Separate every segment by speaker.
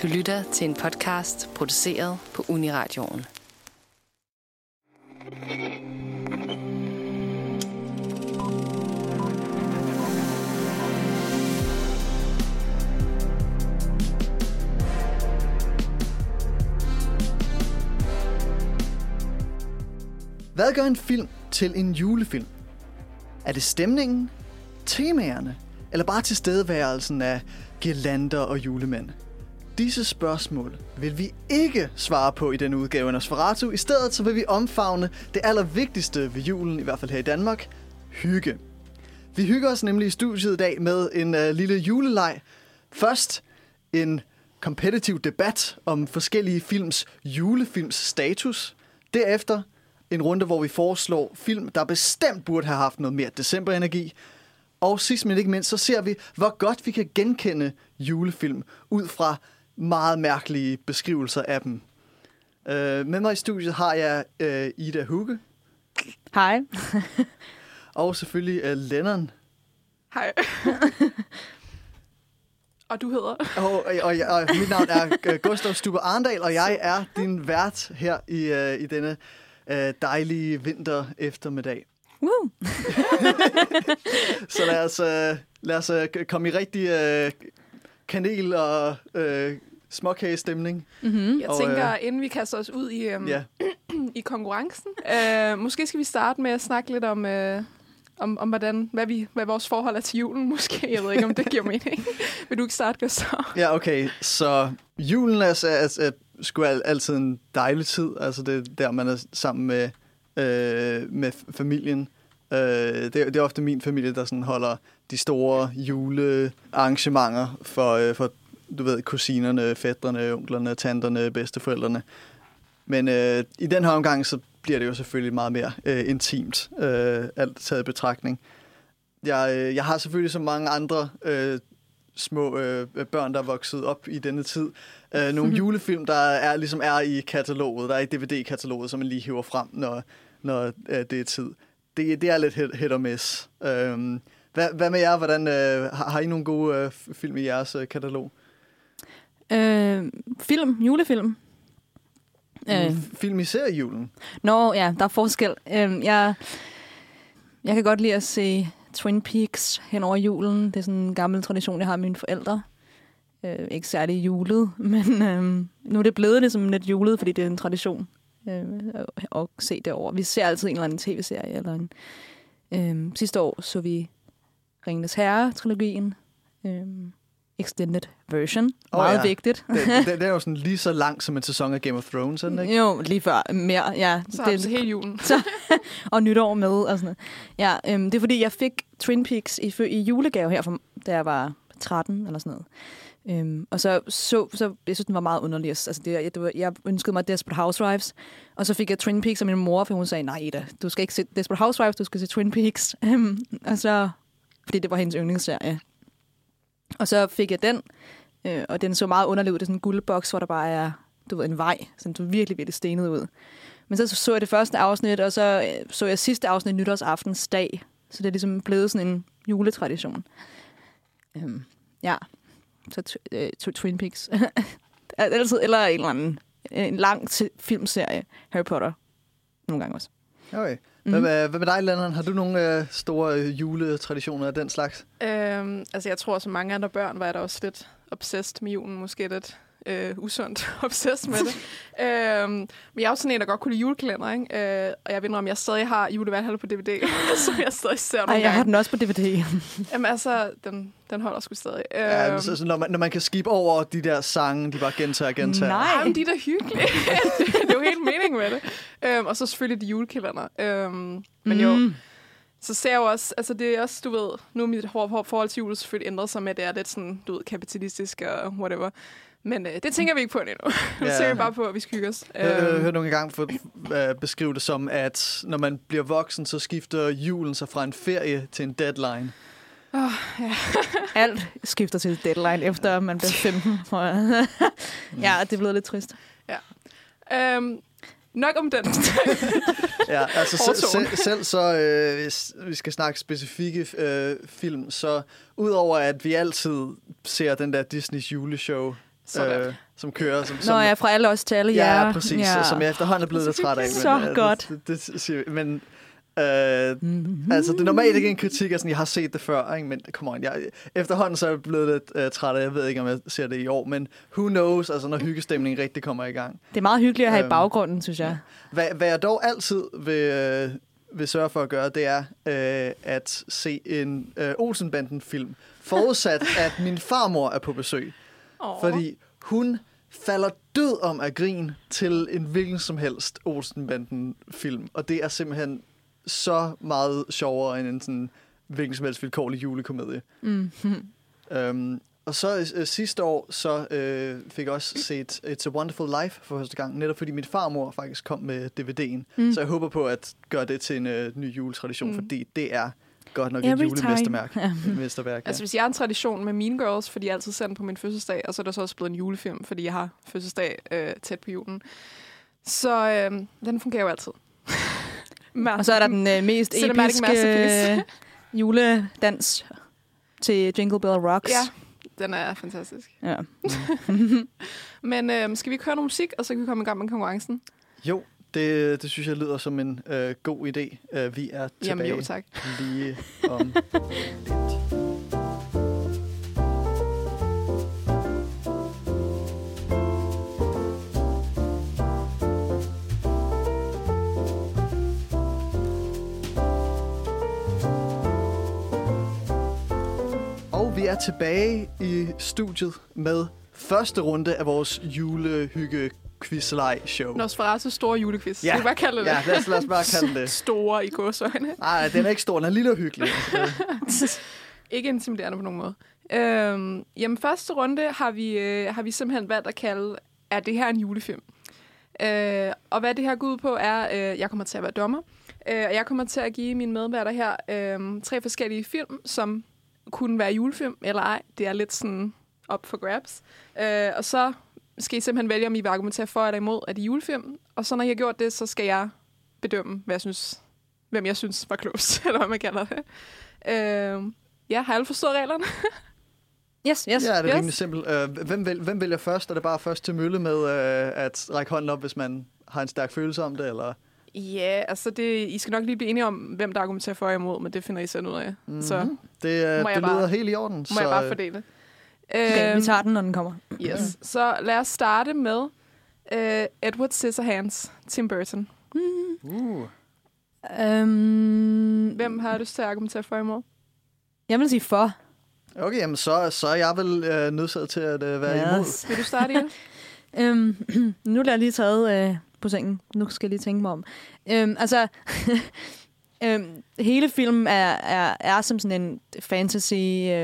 Speaker 1: Du lytter til en podcast produceret på Uniradioen.
Speaker 2: Hvad gør en film til en julefilm? Er det stemningen, temaerne, eller bare tilstedeværelsen af girlander og julemænd? Disse spørgsmål vil vi ikke svare på i denne udgave af Nosferatu. I stedet så vil vi omfavne det allervigtigste ved julen, i hvert fald her i Danmark, hygge. Vi hygger os nemlig i studiet i dag med en lille juleleg. Først en kompetitiv debat om forskellige julefilms status. Derefter en runde, hvor vi foreslår film, der bestemt burde have haft noget mere decemberenergi. Og sidst men ikke mindst, så ser vi, hvor godt vi kan genkende julefilm ud fra meget mærkelige beskrivelser af dem. Med mig i studiet har jeg Ida Hugge.
Speaker 3: Hej.
Speaker 2: Og selvfølgelig Lennon.
Speaker 4: Hej. Og du hedder?
Speaker 2: Og mit navn er Gustav Stubbe Arndal, og jeg er din vært her i denne dejlige vinter eftermiddag. Så lad os komme i rigtig kanel- og småkagestemning.
Speaker 4: Mm-hmm. Jeg tænker, inden vi kaster os ud i konkurrencen, måske skal vi starte med at snakke lidt om hvad vores forhold er til julen, måske. Jeg ved ikke, om det giver mening. Vil du ikke starte, Gustav? Ja,
Speaker 2: okay. Så julen er sgu altid en dejlig tid. Altså det er der, man er sammen med familien. Det er ofte min familie, der sådan holder de store julearrangementer for du ved, kusinerne, fætrene, onklerne, tanterne, bedsteforældrene. Men i den her omgang, så bliver det jo selvfølgelig meget mere intimt, alt taget i betragtning. Jeg har selvfølgelig som mange andre små børn, der er vokset op i denne tid, nogle julefilm, der ligesom er i kataloget, der er i DVD-kataloget, som man lige hiver frem, når det er tid. Det er lidt hit og miss. Hvad med jer? Hvordan, har I nogle gode film i jeres katalog?
Speaker 3: Julefilm.
Speaker 2: Film i seriejulen?
Speaker 3: Nå, ja, der er forskel. Jeg kan godt lide at se Twin Peaks hen over julen. Det er sådan en gammel tradition, jeg har med mine forældre. Ikke særlig julet, men nu er det blevet ligesom lidt julet, fordi det er en tradition at se det over. Vi ser altid en eller anden tv-serie. Eller sidste år så vi Ringenes Herre-trilogien. Extended version. Meget vigtigt.
Speaker 2: Det er jo sådan lige så lang som en sæson af Game of Thrones, ikke?
Speaker 3: Jo, lige før. Mere, ja.
Speaker 4: Så har det hele julen.
Speaker 3: Og nytår med. Og sådan noget. Ja, det er fordi, jeg fik Twin Peaks i julegave her, da jeg var 13 eller sådan noget. Og så jeg synes, den var meget underlig. Altså, jeg ønskede mig Desperate Housewives, og så fik jeg Twin Peaks af min mor, for hun sagde, nej Ida, du skal ikke se Desperate Housewives, du skal se Twin Peaks. Og så, fordi det var hendes yndlingsserie. Og så fik jeg den, og den så meget underlig ud. Det er sådan en guldboks, hvor der bare er, du ved, en vej, sådan så virkelig, virkelig stenet ud. Men så jeg det første afsnit, og så jeg sidste afsnit nytårsaftens dag. Så det er ligesom blevet sådan en juletradition. Ja, så Twin Peaks. Altid, eller en eller anden en lang filmserie. Harry Potter. Nogle gange også.
Speaker 2: Okay. Hvad med dig, Lennon? Har du nogle store juletraditioner af den slags?
Speaker 4: Altså, jeg tror, som mange andre børn, var jeg da også lidt obsessed med julen. Måske lidt usundt obsessed med det. Men jeg er også sådan en, der godt kunne lide julekalender, ikke? Og jeg ved om jeg stadig har Julevalhalla på DVD, så jeg stadig ser nogle gange.
Speaker 3: Jeg har den også på DVD.
Speaker 4: Jamen altså, den holder sgu stadig.
Speaker 2: Ja, så når man kan skip over de der sange, de bare gentager.
Speaker 4: Nej, men de er da hyggelige. Det er jo helt meningen med det. Og så selvfølgelig de julekalender. Men jo, så ser jeg jo også, altså det er også, du ved, nu er mit forhold til jul selvfølgelig ændret sig med, det er lidt sådan, du ved, kapitalistisk og whatever. Men det tænker vi ikke på endnu. Nu ser vi bare på, at vi skal hygge os.
Speaker 2: Jeg hørte nogle gange beskrive det som, at når man bliver voksen, så skifter julen sig fra en ferie til en deadline.
Speaker 3: Ja. Alt skifter til deadline, efter man bliver 15. Ja, det er blevet lidt trist.
Speaker 4: Ja. Nok om den.
Speaker 2: Ja, altså selv så, hvis vi skal snakke specifikke film, så udover at vi altid ser den der Disneys juleshow som kører.
Speaker 3: Nå, jeg er fra alle os til alle jer.
Speaker 2: Ja, præcis. Ja. Som jeg efterhånden er blevet lidt træt af.
Speaker 3: Så godt.
Speaker 2: Men altså, det er normalt ikke en kritik, jeg har set det før, ikke? Men come on, efterhånden så er jeg blevet lidt træt af, jeg ved ikke, om jeg ser det i år, men who knows, altså når hyggestemningen rigtig kommer i gang.
Speaker 3: Det er meget hyggeligt at have i baggrunden, synes jeg.
Speaker 2: Hvad jeg dog altid vil sørge for at gøre, det er at se en Olsenbanden-film, forudsat at min farmor er på besøg. Fordi hun falder død om at grine til en hvilken som helst Olsenbanden-film. Og det er simpelthen så meget sjovere end en sådan hvilken som helst vilkårlig julekomedie. Og så sidste år så fik jeg også set It's a Wonderful Life for første gang, netop fordi min farmor faktisk kom med DVD'en. Så jeg håber på at gøre det til en ny juletradition, fordi det er godt nok et julemesterværk.
Speaker 4: Altså hvis jeg har en tradition med Mean Girls, fordi jeg altid sender på min fødselsdag, og så er der så også blevet en julefilm, fordi jeg har fødselsdag tæt på julen. Så den fungerer jo altid.
Speaker 3: Og så er der den mest episke juledans til Jingle Bell Rocks.
Speaker 4: Ja, den er fantastisk.
Speaker 3: Ja.
Speaker 4: Men skal vi køre noget musik, og så kan vi komme i gang med konkurrencen?
Speaker 2: Jo, det synes jeg lyder som en god idé. Vi er tilbage.
Speaker 4: Jamen jo, tak.
Speaker 2: Lige om lidt. Vi er tilbage i studiet med første runde af vores julehygge-quiz-leg-show.
Speaker 4: Nosferatu store julequiz. Ja. Skal vi bare kalde det?
Speaker 2: Ja, lad os bare kalde det.
Speaker 4: Store i gåseøjne.
Speaker 2: Nej, den er ikke stor. Den er lille og hyggelig.
Speaker 4: Ikke intimiderende på nogen måde. Jamen, første runde har vi simpelthen valgt at kalde, er det her en julefilm? Og hvad det her går ud på er, jeg kommer til at være dommer. Og jeg kommer til at give mine medværter her 3 forskellige film, som kunne være julefilm eller ej. Det er lidt sådan op for grabs. Og så skal I simpelthen vælge, om I vil argumentere for eller imod, at det er julefilm. Og så når I har gjort det, så skal jeg bedømme, hvem jeg synes var klogest, eller hvad man kalder det. Har alle forstået reglerne?
Speaker 3: Yes.
Speaker 2: Ja, det er rimelig simpelt. Hvem vælger først? Er det bare først til mølle med at række hånden op, hvis man har en stærk følelse om det, eller?
Speaker 4: Ja, altså I skal nok lige blive enige om, hvem der argumenterer for og imod, men det finder I selv ud af.
Speaker 2: Mm-hmm.
Speaker 4: Så
Speaker 2: det lyder helt i orden.
Speaker 4: Må jeg bare fordele.
Speaker 3: Okay, vi tager den, når den kommer.
Speaker 4: Yes. Så lad os starte med Edward Scissorhands, Tim Burton. Hvem har lyst til at argumentere for og imod?
Speaker 3: Jeg vil sige for.
Speaker 2: Okay, jamen så er jeg vel nødsaget til at være imod.
Speaker 4: Vil du starte, Ida?
Speaker 3: Nu er jeg lige taget på sengen. Nu skal jeg lige tænke mig om. Hele filmen er som sådan en fantasy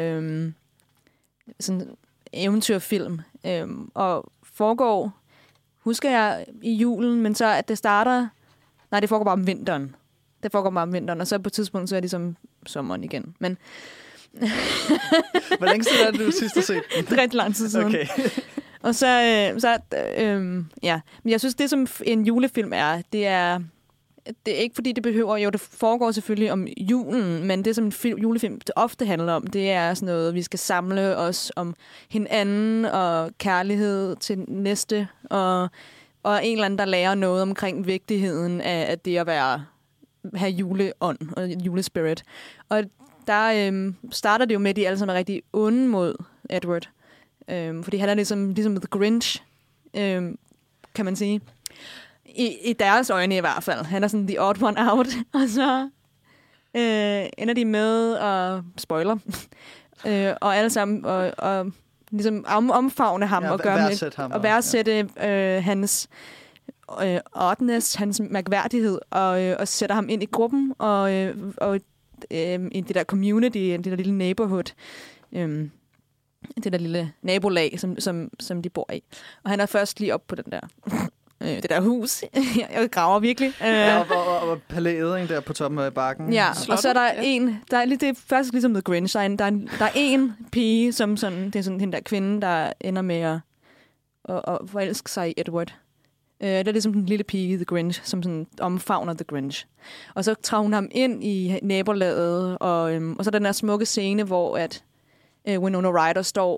Speaker 3: sådan eventyrfilm. Og foregår, husker jeg, i julen, men så at det starter. Nej, det foregår bare om vinteren. Og så på et tidspunkt, så er det som sommeren igen. Men
Speaker 2: hvor længe siden er det, du sidst har set den?
Speaker 3: Det er rigtig lang tid siden.
Speaker 2: Okay.
Speaker 3: Og men jeg synes, det som en julefilm er, det er ikke fordi det behøver, jo det foregår selvfølgelig om julen, men det som en julefilm det ofte handler om, det er sådan noget, vi skal samle os om hinanden og kærlighed til næste, og en eller anden, der lærer noget omkring vigtigheden af det at have juleånd og julespirit. Og der starter det jo med, at de alle sammen er rigtig onde mod Edward. Fordi han er ligesom The Grinch, kan man sige. I deres øjne i hvert fald. Han er sådan the odd one out. Og så ender de med at spoiler. Og alle sammen og ligesom omfavne ham og gøre værdsætte hans oddness, hans mærkværdighed og sætter ham ind i gruppen og i det der community, det der lille neighborhood. Det der lille nabolag, som de bor i. Og han er først lige op på den der, det der hus. Jeg graver virkelig.
Speaker 2: Og palæet der på toppen af bakken.
Speaker 3: Ja, og så er der det er faktisk ligesom The Grinch. Der er en pige, som sådan, det er sådan den der kvinde, der ender med at forelske sig i Edward. Det er ligesom den lille pige, The Grinch, som sådan omfavner The Grinch. Og så tager hun ham ind i nabolaget, og så den der smukke scene, hvor at Winona Ryder står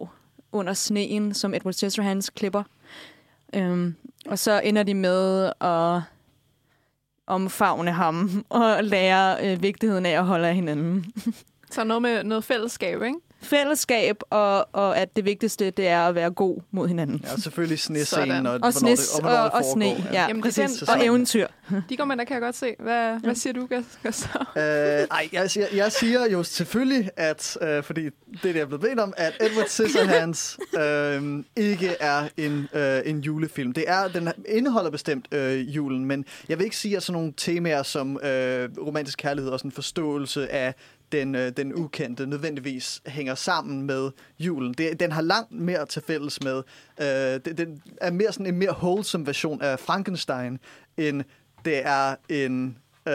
Speaker 3: under sneen, som Edward Scissorhands klipper. Og så ender de med at omfavne ham og lære vigtigheden af at holde af hinanden.
Speaker 4: Så noget med noget fællesskab, ikke?
Speaker 3: Fællesskab, og at det vigtigste, det er at være god mod hinanden.
Speaker 2: Ja, selvfølgelig snescenen, og
Speaker 3: og sne, ja.
Speaker 4: Jamen,
Speaker 3: præcis. Og eventyr.
Speaker 4: De går man, der kan jeg godt se. Hvad siger du, Gustav?
Speaker 2: Jeg siger jo selvfølgelig, at fordi det er blevet bedt om, at Edward Scissorhands ikke er en julefilm. Den indeholder bestemt julen, men jeg vil ikke sige, at sådan nogle temaer som romantisk kærlighed og sådan forståelse af den ukendte nødvendigvis hænger sammen med julen. Den har langt mere til fælles med. Den er mere sådan en mere wholesome version af Frankenstein, end det er en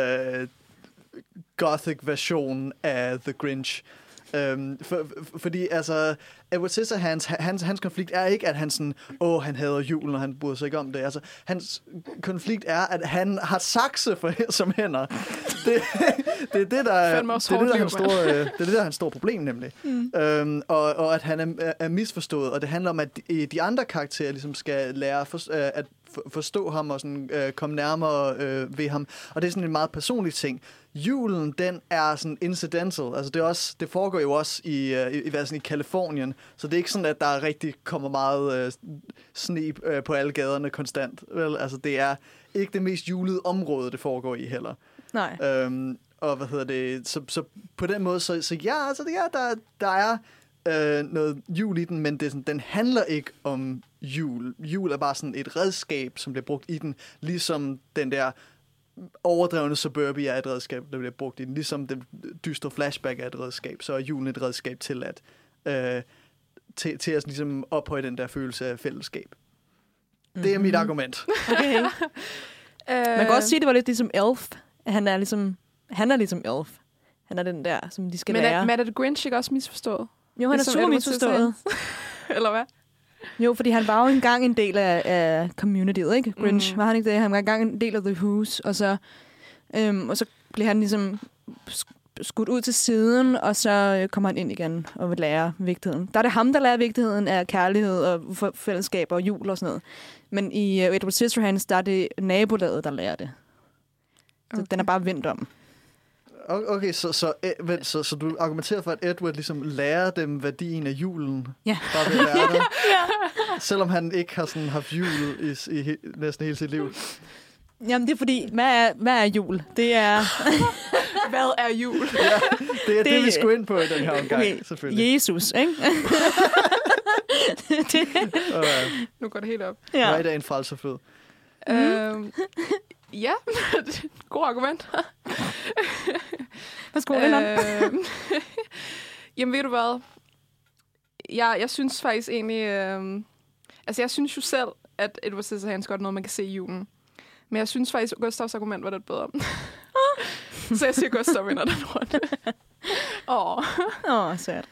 Speaker 2: gothic version af The Grinch. Fordi altså Edward Scissorhands hans konflikt er ikke, at han sådan, han hader julen, og han bryder sig ikke om det. Altså, hans konflikt er, at han har sakse som hænder. Det er det, der er hans store problem, nemlig. Og at han er misforstået, og det handler om, at de andre karakterer ligesom skal lære at forstå ham og sådan, komme nærmere ved ham. Og det er sådan en meget personlig ting. Julen, den er sådan incidental. Altså det foregår jo også i Kalifornien, så det er ikke sådan, at der rigtig kommer meget sne på alle gaderne konstant. Vel? Altså det er ikke det mest julede område, det foregår i heller.
Speaker 3: Nej.
Speaker 2: Og så på den måde, så ja, altså der er noget jul i den, men den handler ikke om jul. Jul er bare sådan et redskab, som bliver brugt i den, ligesom den der overdrevne Suburbia er et redskab, der bliver brugt i den. Ligesom den dystre flashback er et redskab, så er julen et redskab til at ligesom ophøje den der følelse af fællesskab. Det er mit argument.
Speaker 3: Okay. Man kan også sige, at det var lidt ligesom Elf. Han er ligesom Elf. Han er den der, som de skal lære.
Speaker 4: Men er det Grinch ikke også misforstået?
Speaker 3: Jo, han er super misforstået.
Speaker 4: Eller hvad?
Speaker 3: Jo, fordi han var jo engang en del af communityet, ikke? Grinch, var han ikke det? Han var engang en del af The Who's, og så blev han ligesom skudt ud til siden, og så kommer han ind igen og vil lære vigtigheden. Der er det ham, der lærer vigtigheden af kærlighed og fællesskab og jul og sådan noget. Men i Edward Scissorhands, der er det nabolaget, der lærer det. Så den er bare vendt om.
Speaker 2: Okay, så du argumenterer for, at Edward ligesom lærer dem værdien af julen?
Speaker 3: Ja.
Speaker 2: Bare ved at lære det? Ja. Selvom han ikke har sådan haft jul i næsten hele sit liv?
Speaker 3: Jamen, det er fordi, hvad er jul? Det er...
Speaker 4: Hvad er jul?
Speaker 2: Ja, det er det, vi skulle ind på i den her omgang, selvfølgelig.
Speaker 3: Jesus, ikke?
Speaker 4: Nu går det helt op.
Speaker 2: Ja. Hvad er en frelserfød?
Speaker 4: Ja, god argument.
Speaker 3: Hvad skulle det
Speaker 4: Jamen, ved du hvad? Jeg synes faktisk egentlig... jeg synes jo selv, at Edward Scissorhands godt noget, man kan se i julen. Men jeg synes faktisk, at Gustavs argument var lidt bedre. Så jeg siger, Gustav vinder den rundt.
Speaker 3: Sæt.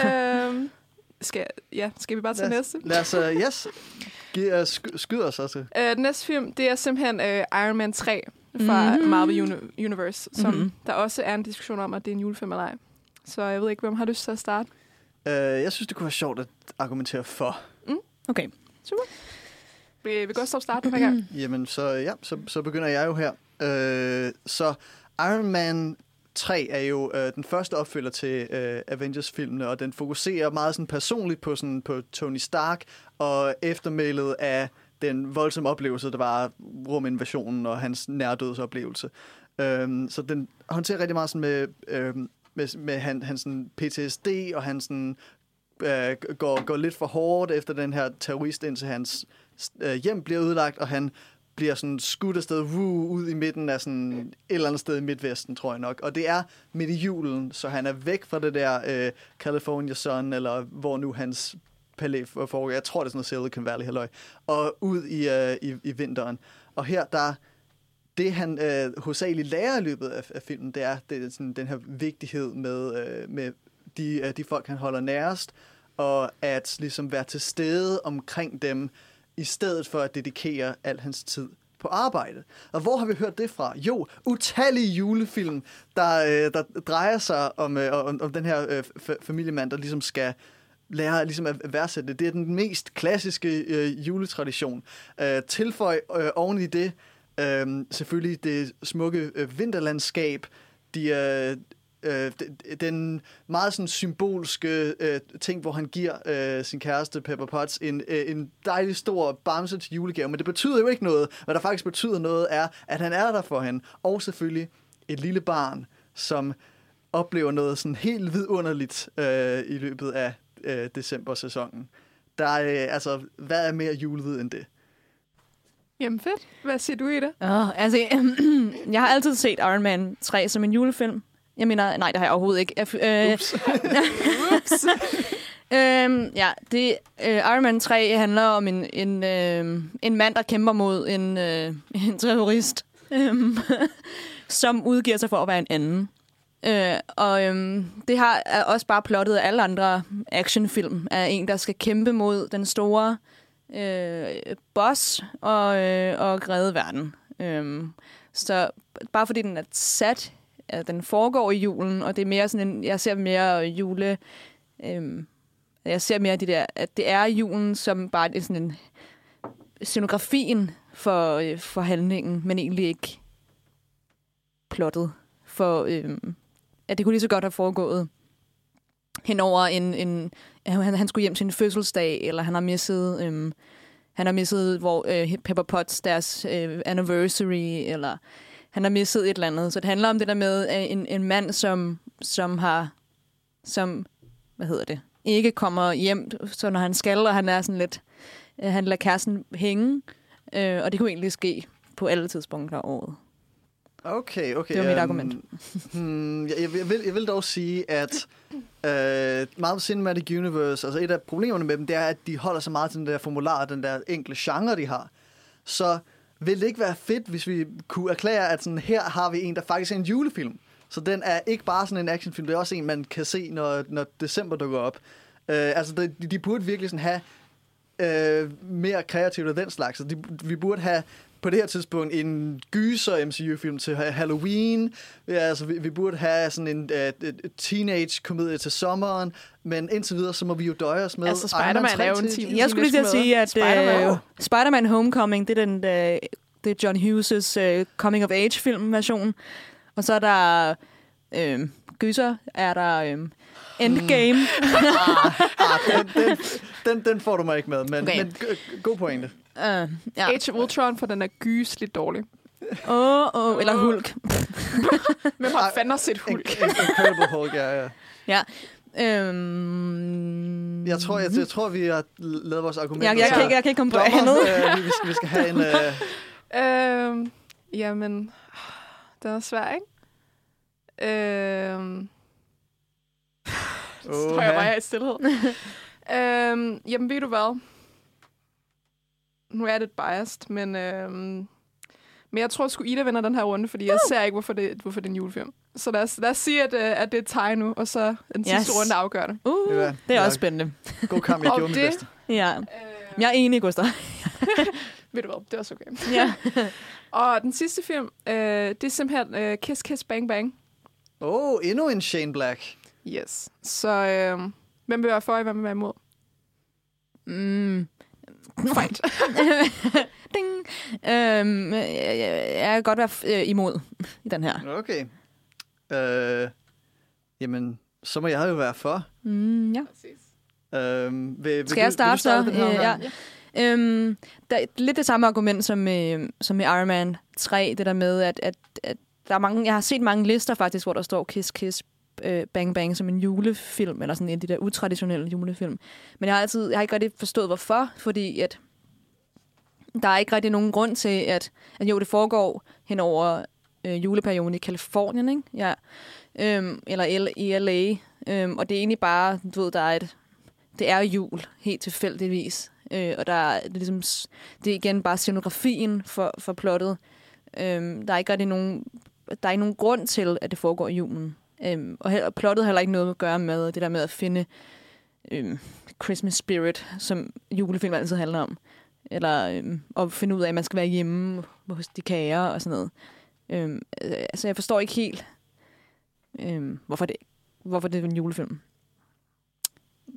Speaker 4: Skal vi bare til næste?
Speaker 2: Lad os, skyd os også.
Speaker 4: Den næste film, det er simpelthen Iron Man 3 fra Marvel Universe, som der også er en diskussion om, at det er en julefilm eller ej. Så jeg ved ikke, hvem har lyst til at starte?
Speaker 2: Jeg synes, det kunne være sjovt at argumentere for.
Speaker 3: Okay,
Speaker 4: super. Vil Gustav starte den her gang?
Speaker 2: Jamen, så begynder jeg jo her. Så Iron Man 3 er jo den første opfølger til Avengers-filmene, og den fokuserer meget sådan personligt på Tony Stark og eftermælet af den voldsomme oplevelse, der var ruminvasionen og hans nærdødsoplevelse. Så den håndterer rigtig meget sådan med hans sådan PTSD, og han sådan, går lidt for hårdt efter den her terrorist, indtil hans hjem bliver ødelagt, og han bliver sådan skudt afsted ud i midten af sådan et eller andet sted i Midtvesten, tror jeg nok. Og det er midt i julen, så han er væk fra det der California Sun, eller hvor nu hans palæ foregår. Jeg tror, det er sådan noget Silicon Valley, halløj. Og ud i vinteren. Og her, det han hovedsageligt lærer i løbet af filmen, det er sådan, den her vigtighed med de folk, han holder nærest, og at ligesom være til stede omkring dem, i stedet for at dedikere al hans tid på arbejde. Og hvor har vi hørt det fra? Jo, utallige julefilm, der drejer sig om den her familiemand, der ligesom skal lærer ligesom at værdsætte det. Det er den mest klassiske juletradition. Tilføj oven i det selvfølgelig det smukke vinterlandskab, den meget sådan symbolske ting, hvor han giver sin kæreste Pepper Potts en dejlig stor bamse til julegave, men det betyder jo ikke noget. Hvad der faktisk betyder noget er, at han er der for hende, og selvfølgelig et lille barn, som oplever noget sådan helt vidunderligt i løbet af december-sæsonen. Der hvad er mere julevid end det?
Speaker 4: Jamen fedt. Hvad siger du i det?
Speaker 3: Jeg har altid set Iron Man 3 som en julefilm. Jeg mener, nej, det har jeg overhovedet ikke.
Speaker 4: Ups.
Speaker 3: Iron Man 3 handler om en mand, der kæmper mod en terrorist, som udgiver sig for at være en anden. Det er også bare plottet af alle andre actionfilm af en, der skal kæmpe mod den store boss og redde verden. Så bare fordi den er sat, at den foregår i julen, og det er mere sådan jeg ser mere de der, at det er julen som bare er sådan en scenografien for handlingen, men egentlig ikke plottet for at det kunne lige så godt have foregået henover han skulle hjem til en fødselsdag, eller han har misset hvor Pepper Potts deres anniversary, eller han har misset et eller andet. Så det handler om det der med en mand, som ikke kommer hjem, så når han skal, og han er sådan lidt, han lader kæresten hænge, og det kunne egentlig ske på alle tidspunkter af året.
Speaker 2: Okay.
Speaker 3: Det var mit argument.
Speaker 2: Jeg vil dog sige, at meget Cinematic Universe, altså et af problemerne med dem, det er, at de holder så meget til den der formular, den der enkle genre, de har. Så vil det ikke være fedt, hvis vi kunne erklære, at sådan, her har vi en, der faktisk er en julefilm. Så den er ikke bare sådan en actionfilm, det er også en, man kan se, når december dukker op. De burde virkelig sådan have mere kreativt af den slags. Vi burde have på det her tidspunkt en gyser MCU-film til Halloween. Vi burde have sådan en teenage-komedie til sommeren, men indtil videre, så må vi jo døje os med...
Speaker 4: Altså, Spider-Man er jo en teenage-komedie.
Speaker 3: Jeg skulle lige til at sige, at Spider-Man Homecoming, det er det er John Hughes' coming-of-age-film-version. Og så er der gyser, er der Endgame.
Speaker 2: Den får du mig ikke med, men god pointe.
Speaker 4: Age of Ultron, for den er gysligt dårlig.
Speaker 3: Eller Hulk.
Speaker 4: Hvem har fandme set Hulk?
Speaker 2: Incredible Hulk, ja.
Speaker 3: Ja.
Speaker 2: Jeg tror, vi har lavet vores argumenter.
Speaker 3: Jeg kan ikke komme på andet.
Speaker 2: Vi skal have en...
Speaker 4: Jamen, den er svær, ikke? Så tror jeg bare, jeg er i stillhed. Jamen, ved du hvad? Nu er det lidt biased, men jeg tror sgu Ida vinder den her runde, fordi jeg ser ikke, hvorfor det er en julefilm. Så lad os sige, at det er tie nu, og så den sidste runde afgør det.
Speaker 3: Det er også spændende.
Speaker 2: God kamp, jeg gjorde mit bedste.
Speaker 3: Ja. Jeg er enig, Gustav.
Speaker 4: Ved du hvad, det er også okay.
Speaker 3: Ja.
Speaker 4: Og den sidste film, det er simpelthen Kiss Kiss Bang Bang.
Speaker 2: Endnu en Shane Black.
Speaker 4: Yes. Så hvem vil være for, og hvem vil være imod? Fight.
Speaker 3: Ding. Jeg kan godt være imod i den her.
Speaker 2: Okay. Jamen, så må jeg jo være for.
Speaker 3: Ja.
Speaker 2: Skal
Speaker 3: jeg starte så?
Speaker 2: Ja.
Speaker 3: Der er lidt det samme argument som med Iron Man 3, det der med, at der er mange, jeg har set mange lister faktisk, hvor der står Kiss Kiss Bang Bang som en julefilm, eller sådan en af de der utraditionelle julefilm. Men jeg har ikke rigtig forstået, hvorfor, fordi at der er ikke rigtig nogen grund til, at jo, det foregår hen over juleperioden i Californien, ikke? Ja. Eller i LA. Og det er egentlig bare, du ved, det er jul, helt tilfældigvis. Og det er det er igen bare scenografien for plottet. Der er ikke nogen grund til, at det foregår i julen. Og plottet har heller ikke noget at gøre med det der med at finde Christmas spirit, som julefilm altid handler om. Eller at finde ud af, at man skal være hjemme hos de kære og sådan noget. Altså, jeg forstår ikke helt, hvorfor det er en julefilm.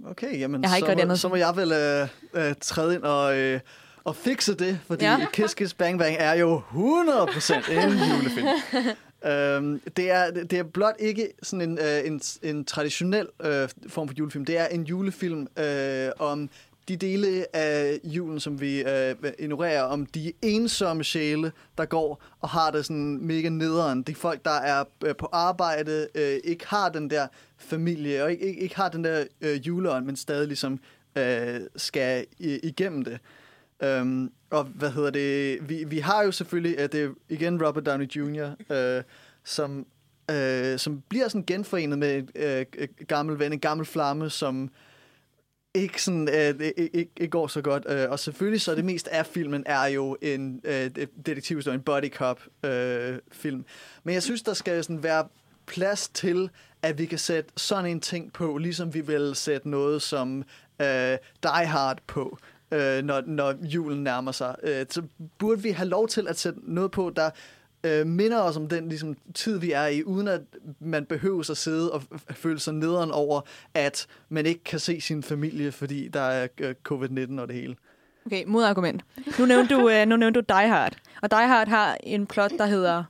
Speaker 2: Okay, jamen,
Speaker 3: Jeg har ikke gjort andet.
Speaker 2: så må jeg vel træde ind og fikse det, fordi Kiss Kiss Bang Bang er jo 100% en julefilm. Det er blot ikke sådan en traditionel form for julefilm. Det er en julefilm om de dele af julen, som vi ignorerer, om de ensomme sjæle, der går og har det sådan mega nederen. De folk, der er på arbejde, ikke har den der familie, og ikke har den der juleånd, men stadig ligesom skal igennem det. Og hvad hedder det? Vi har jo selvfølgelig, det er igen Robert Downey Jr., som bliver sådan genforenet med en gammel ven, en gammel flamme, som ikke sådan ikke går så godt. Og selvfølgelig så det meste af filmen er jo en detektivhistorie, en buddy cop film. Men jeg synes, der skal sådan være plads til, at vi kan sætte sådan en ting på, ligesom vi vil sætte noget som Die Hard på, når julen nærmer sig. Så burde vi have lov til at sætte noget på, der minder os om den ligesom, tid, vi er i, uden at man behøver at sidde og føle sig nederen over, at man ikke kan se sin familie, fordi der er covid-19 og det hele.
Speaker 3: Okay, modargument. Nu nævnte du Die Hard. Og Die Hard har en plot, der hedder...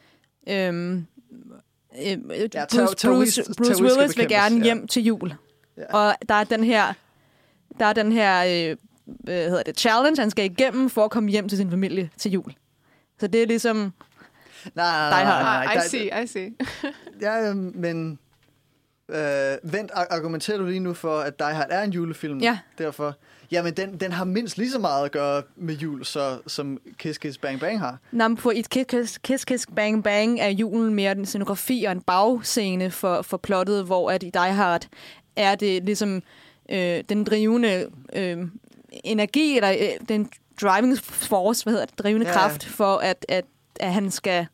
Speaker 3: Bruce Willis vil gerne hjem til jul. Ja. Og der er den her challenge, han skal igennem for at komme hjem til sin familie til jul. Så det er ligesom...
Speaker 4: Nej. I see.
Speaker 2: Ja, men... Vent, argumenterer du lige nu for, at Die Hard er en julefilm?
Speaker 3: Ja.
Speaker 2: Derfor... Jamen, den har mindst lige så meget at gøre med jul, som Kiss Kiss Bang Bang har.
Speaker 3: Nå, men for Kiss Kiss Bang Bang er julen mere en scenografi og en bagscene for plottet, hvor at i Die Hard er det ligesom den drivende energi, eller den driving force, drivende kraft, for at han skal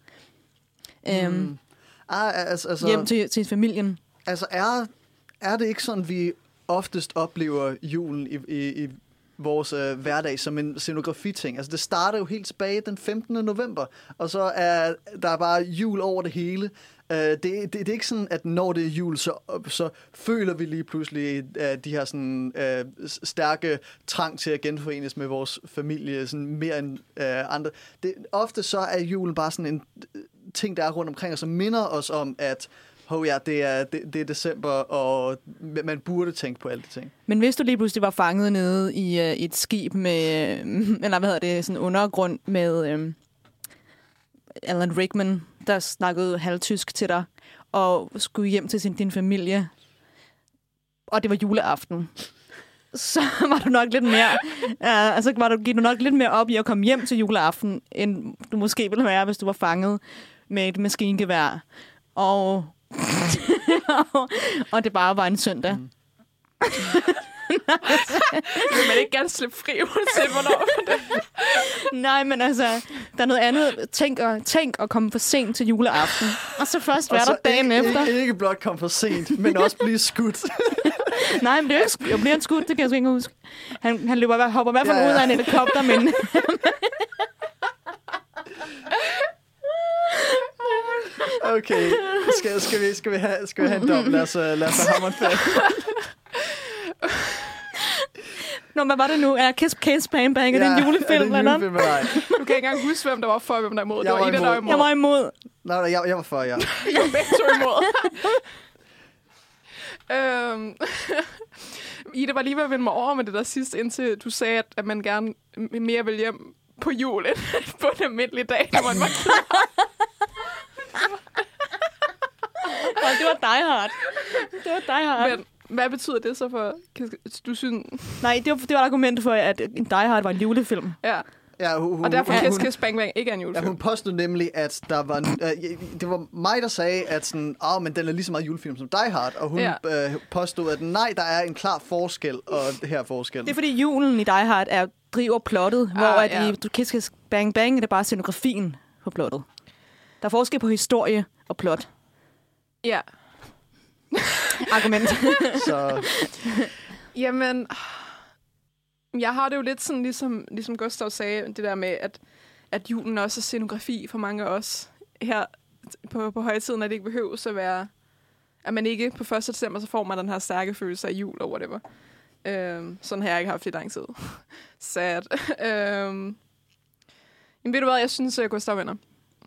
Speaker 3: hjem til familien.
Speaker 2: Altså, er det ikke sådan, vi oftest oplever julen i vores hverdag som en scenografi-ting? Altså, det starter jo helt tilbage den 15. november, og så er der bare jul over det hele. Det er ikke sådan, at når det er jul, så føler vi lige pludselig de her sådan, stærke trang til at genforenes med vores familie, sådan mere end andre. Ofte så er julen bare sådan en ting, der er rundt omkring os, som minder os om, at det er december, og man burde tænke på alle de ting.
Speaker 3: Men hvis du lige pludselig var fanget nede i et skib med, eller sådan undergrund med Alan Rickman, der snakkede halvtysk til dig, og skulle hjem til din familie, og det var juleaften, så var du nok lidt mere, gik du nok lidt mere op i at komme hjem til juleaften, end du måske ville være, hvis du var fanget med et maskingevær, og det bare var en søndag.
Speaker 4: Vil man ikke gerne slippe fri, uanset hvornår det?
Speaker 3: Nej, men altså, der er noget andet. Tænk at komme for sent til juleaften, og så først være der dagen efter.
Speaker 2: Ikke blot komme for sent, men også blive skudt.
Speaker 3: Nej, men jeg bliver skudt, det kan jeg sgu ikke huske. Han hopper i hvert fald ud af en helikopter, men...
Speaker 2: Okay, skal vi have en dom? Lad os have hammeren fat.
Speaker 3: Nå, hvad var det nu? Er Kiss Bang Bang er det en julefilm?
Speaker 2: Er det en julefilm eller ej?
Speaker 4: Du kan ikke engang huske, hvem der var for, og hvem der var imod. Det var Ida, der var imod.
Speaker 3: Jeg var imod.
Speaker 2: Nej, jeg var for, ja.
Speaker 4: Jeg var begge to imod. Ida var lige ved at vende mig over med det der sidste, indtil du sagde, at man gerne mere vil hjem på jul, end på en almindelig dag, når man var klar.
Speaker 3: Det var Die Hard.
Speaker 4: Men hvad betyder det så for... Du synes...
Speaker 3: Nej, det var et argument for, at Die Hard var en julefilm.
Speaker 4: Ja.
Speaker 2: Ja,
Speaker 4: og derfor Kiss Kiss Bang Bang ikke er en julefilm.
Speaker 2: Ja, hun påstod nemlig, at der var... det var mig, der sagde, at sådan, men den er lige så meget julefilm som Die Hard. Og hun påstod, at nej, der er en klar forskel, og det her forskel.
Speaker 3: Det er fordi julen i Die Hard driver plottet, hvor at i Kiss Kiss Bang Bang er det bare scenografien på plottet. Der er forskel på historie og plot.
Speaker 4: Ja.
Speaker 3: Argument.
Speaker 2: Så...
Speaker 4: Jamen... Jeg har det jo lidt sådan, ligesom Gustav sagde, det der med, at julen også er scenografi for mange af os her på højtiden, at det ikke behøves at være... at man ikke på 1. december, så får man den her stærke følelse af jul og whatever. Sådan har jeg ikke haft i lang tid. Sad. Jamen ved du hvad, jeg synes, at Gustav vinder.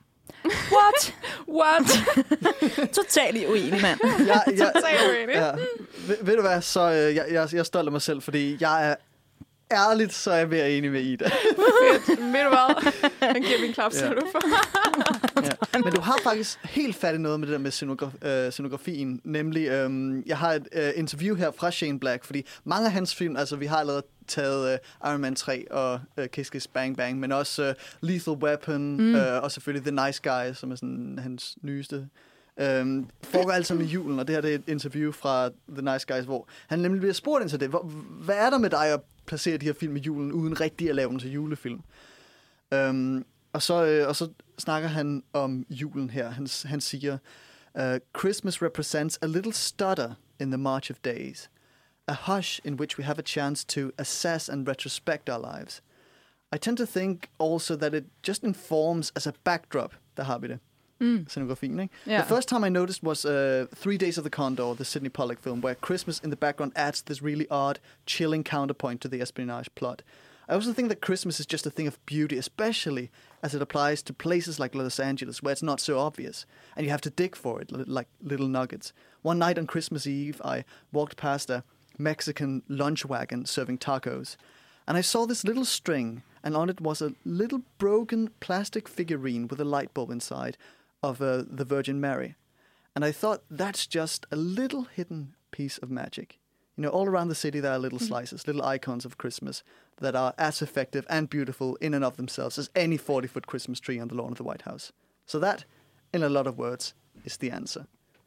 Speaker 4: What?
Speaker 3: Totalt uenig, mand.
Speaker 4: Totalt uenig.
Speaker 2: Ja. Ved du hvad, så jeg er stolt af mig selv, fordi jeg er ærligt, så er jeg mere enig med Ida.
Speaker 4: Fedt. Ved du hvad? Den giver vi en klap, siger du for.
Speaker 2: Ja. Men du har faktisk helt fat i noget med det der med scenografien. Nemlig, jeg har et interview her fra Shane Black, fordi mange af hans film, altså vi har allerede taget Iron Man 3 og Kiss Kiss Bang Bang, men også Lethal Weapon og selvfølgelig The Nice Guy, som er sådan hans nyeste. Foregår alt sammen i julen, og det her det er et interview fra The Nice Guys, hvor han nemlig bliver spurgt ind til det. Hvad er der med dig at placere de her film i julen, uden rigtig at lave dem til julefilm? Og så snakker han om julen her. Han siger, Christmas represents a little stutter in the march of days. A hush in which we have a chance to assess and retrospect our lives. I tend to think also that it just informs as a backdrop, der har vi det. Scenografien, ikke?
Speaker 3: Yeah.
Speaker 2: The first time I noticed was 3 Days of the Condor, the Sidney Pollack film, where Christmas in the background adds this really odd, chilling counterpoint to the espionage plot. I also think that Christmas is just a thing of beauty, especially as it applies to places like Los Angeles, where it's not so obvious, and you have to dig for it, like little nuggets. One night on Christmas Eve, I walked past a Mexican lunch wagon serving tacos, and I saw this little string, and on it was a little broken plastic figurine with a light bulb inside of the Virgin Mary. And I thought, that's just a little hidden piece of magic. You know, all around the city there are little slices, little icons of Christmas that are as effective and beautiful in and of themselves as any 40-foot Christmas tree on the lawn of the White House. So that, in a lot of words, is the answer.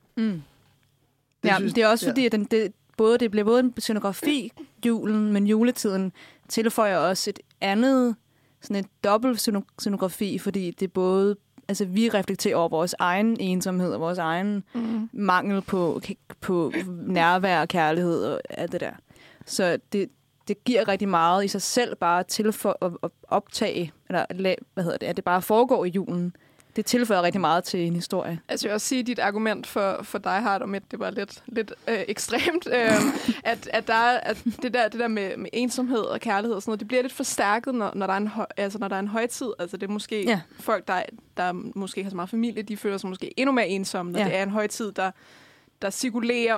Speaker 3: Det er også fordi, at det bliver både en scenografi, julen, men juletiden tilføjer også et andet, sådan et dobbelt scenografi, fordi det er både, altså vi reflekterer over vores egen ensomhed og vores egen mangel på nærvær og kærlighed og alt det der. Så det giver rigtig meget i sig selv bare til for at optage, eller at det bare foregår i julen. Det tilføjer rigtig meget til en historie.
Speaker 4: Altså jeg vil også sige, at dit argument for dig, Hart, om at det var lidt ekstremt, at det der med ensomhed og kærlighed og sådan noget, det bliver lidt forstærket, når der er en højtid. Altså det er måske folk, der måske har så meget familie, de føler sig måske endnu mere ensomme, når det er en højtid, der cirkulerer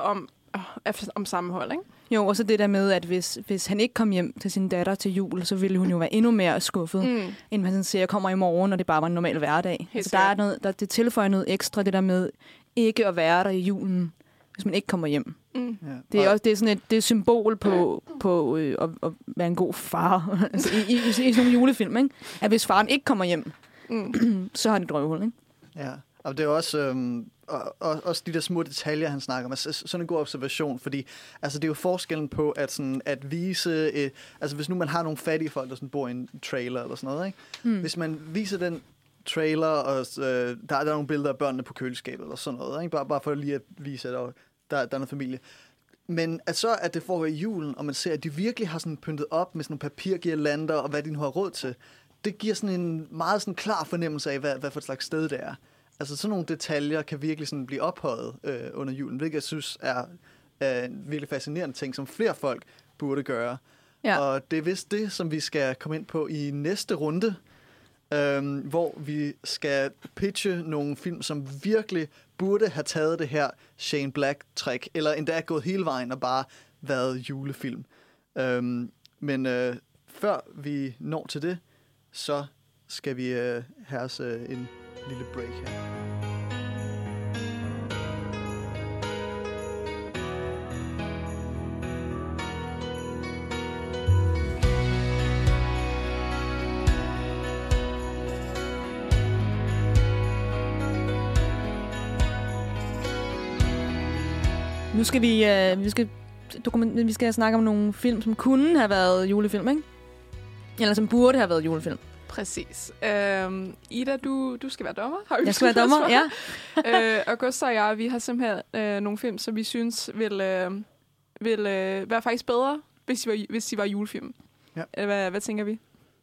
Speaker 4: om sammenhold, ikke?
Speaker 3: Jo, og så det der med, at hvis han ikke kom hjem til sin datter til jul, så ville hun jo være endnu mere skuffet, end hvis han siger, jeg kommer i morgen, og det bare var en normal hverdag. Altså, der er noget, det tilføjer noget ekstra, det der med ikke at være der i julen, hvis man ikke kommer hjem. Det er også det er sådan et symbol på at være en god far. Altså, i sådan nogle julefilm, ikke? At hvis faren ikke kommer hjem, så har det drøvhul, ikke?
Speaker 2: Ja, og det er også også de der små detaljer, han snakker om. Altså, sådan en god observation, fordi altså, det er jo forskellen på at vise... altså, hvis nu man har nogle fattige folk, der sådan bor i en trailer eller sådan noget, ikke? Hvis man viser den trailer, og der er nogle billeder af børnene på køleskabet eller sådan noget, ikke? Bare for lige at vise, at der er noget familie. Men at det foregår i julen, og man ser, at de virkelig har sådan pyntet op med sådan nogle papirgirlander, og hvad de nu har råd til, det giver sådan en meget sådan klar fornemmelse af, hvad for et slags sted det er. Altså sådan nogle detaljer kan virkelig sådan blive ophøjet under julen, hvilket jeg synes er en virkelig fascinerende ting, som flere folk burde gøre. Ja. Og det er vist det, som vi skal komme ind på i næste runde, hvor vi skal pitche nogle film, som virkelig burde have taget det her Shane Black-træk, eller endda gået hele vejen og bare været julefilm. Men før vi når til det, så skal vi have os en lille break her.
Speaker 3: Nu skal vi skal snakke om nogle film, som kunne have været julefilm, ikke? Eller som burde have været julefilm.
Speaker 4: Præcis. Ida, du skal være dommer.
Speaker 3: Jeg skal være dommer, ja.
Speaker 4: Augusta og jeg, vi har simpelthen nogle film, som vi synes vil være faktisk bedre, hvis de var julefilm.
Speaker 2: Ja.
Speaker 4: Hvad tænker vi?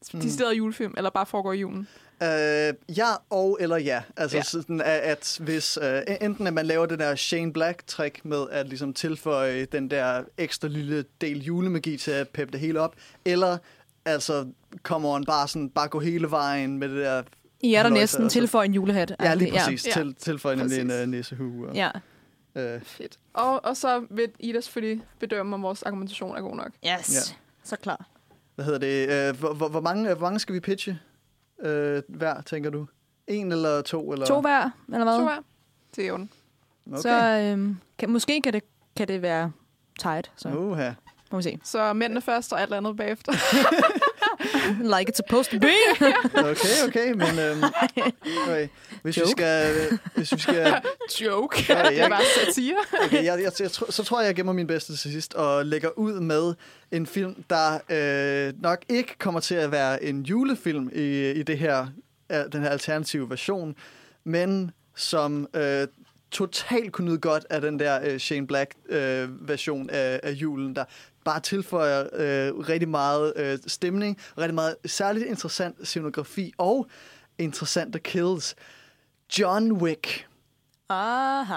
Speaker 4: decideret julefilm, eller bare foregår i julen?
Speaker 2: Ja og eller ja. Altså
Speaker 4: Ja.
Speaker 2: sådan, at hvis enten at man laver det der Shane Black-trick med at ligesom tilføje den der ekstra lille del julemagi til at peppe det hele op, eller altså come on, bare gå hele vejen med det der.
Speaker 3: I er der
Speaker 2: halløjsa,
Speaker 3: næsten
Speaker 2: altså.
Speaker 3: tilføje en julehat.
Speaker 2: Ja, lige præcis.
Speaker 4: Ja.
Speaker 2: Tilføje nemlig
Speaker 4: Præcis.
Speaker 2: en nissehue.
Speaker 3: Ja.
Speaker 4: Fedt. Og så vil Ida selvfølgelig bedømme, om vores argumentation er god nok.
Speaker 3: Yes.
Speaker 2: Ja.
Speaker 3: Så klar.
Speaker 2: Hvad hedder det? Hvor mange skal vi pitche hver, tænker du? En eller to? Eller?
Speaker 3: 2 hver, eller hvad?
Speaker 4: 2 hver. Det er jo.
Speaker 2: Okay.
Speaker 3: Så måske kan det være tight. Så
Speaker 2: Uha.
Speaker 3: må vi se.
Speaker 4: Så mændene først, og alt andet bagefter.
Speaker 3: Like it's supposed to be.
Speaker 2: Okay, men okay. Hvis vi skal
Speaker 4: Joke.
Speaker 2: Ja,
Speaker 4: Det er bare satire.
Speaker 2: okay, så tror jeg gemmer min bedste til sidst og lægger ud med en film, der nok ikke kommer til at være en julefilm i det her, den her alternative version, men som totalt kunne nyde godt af den der Shane Black version af julen, der bare tilføjer rigtig meget stemning, rigtig meget særligt interessant scenografi og interessante kills. John Wick.
Speaker 3: Aha.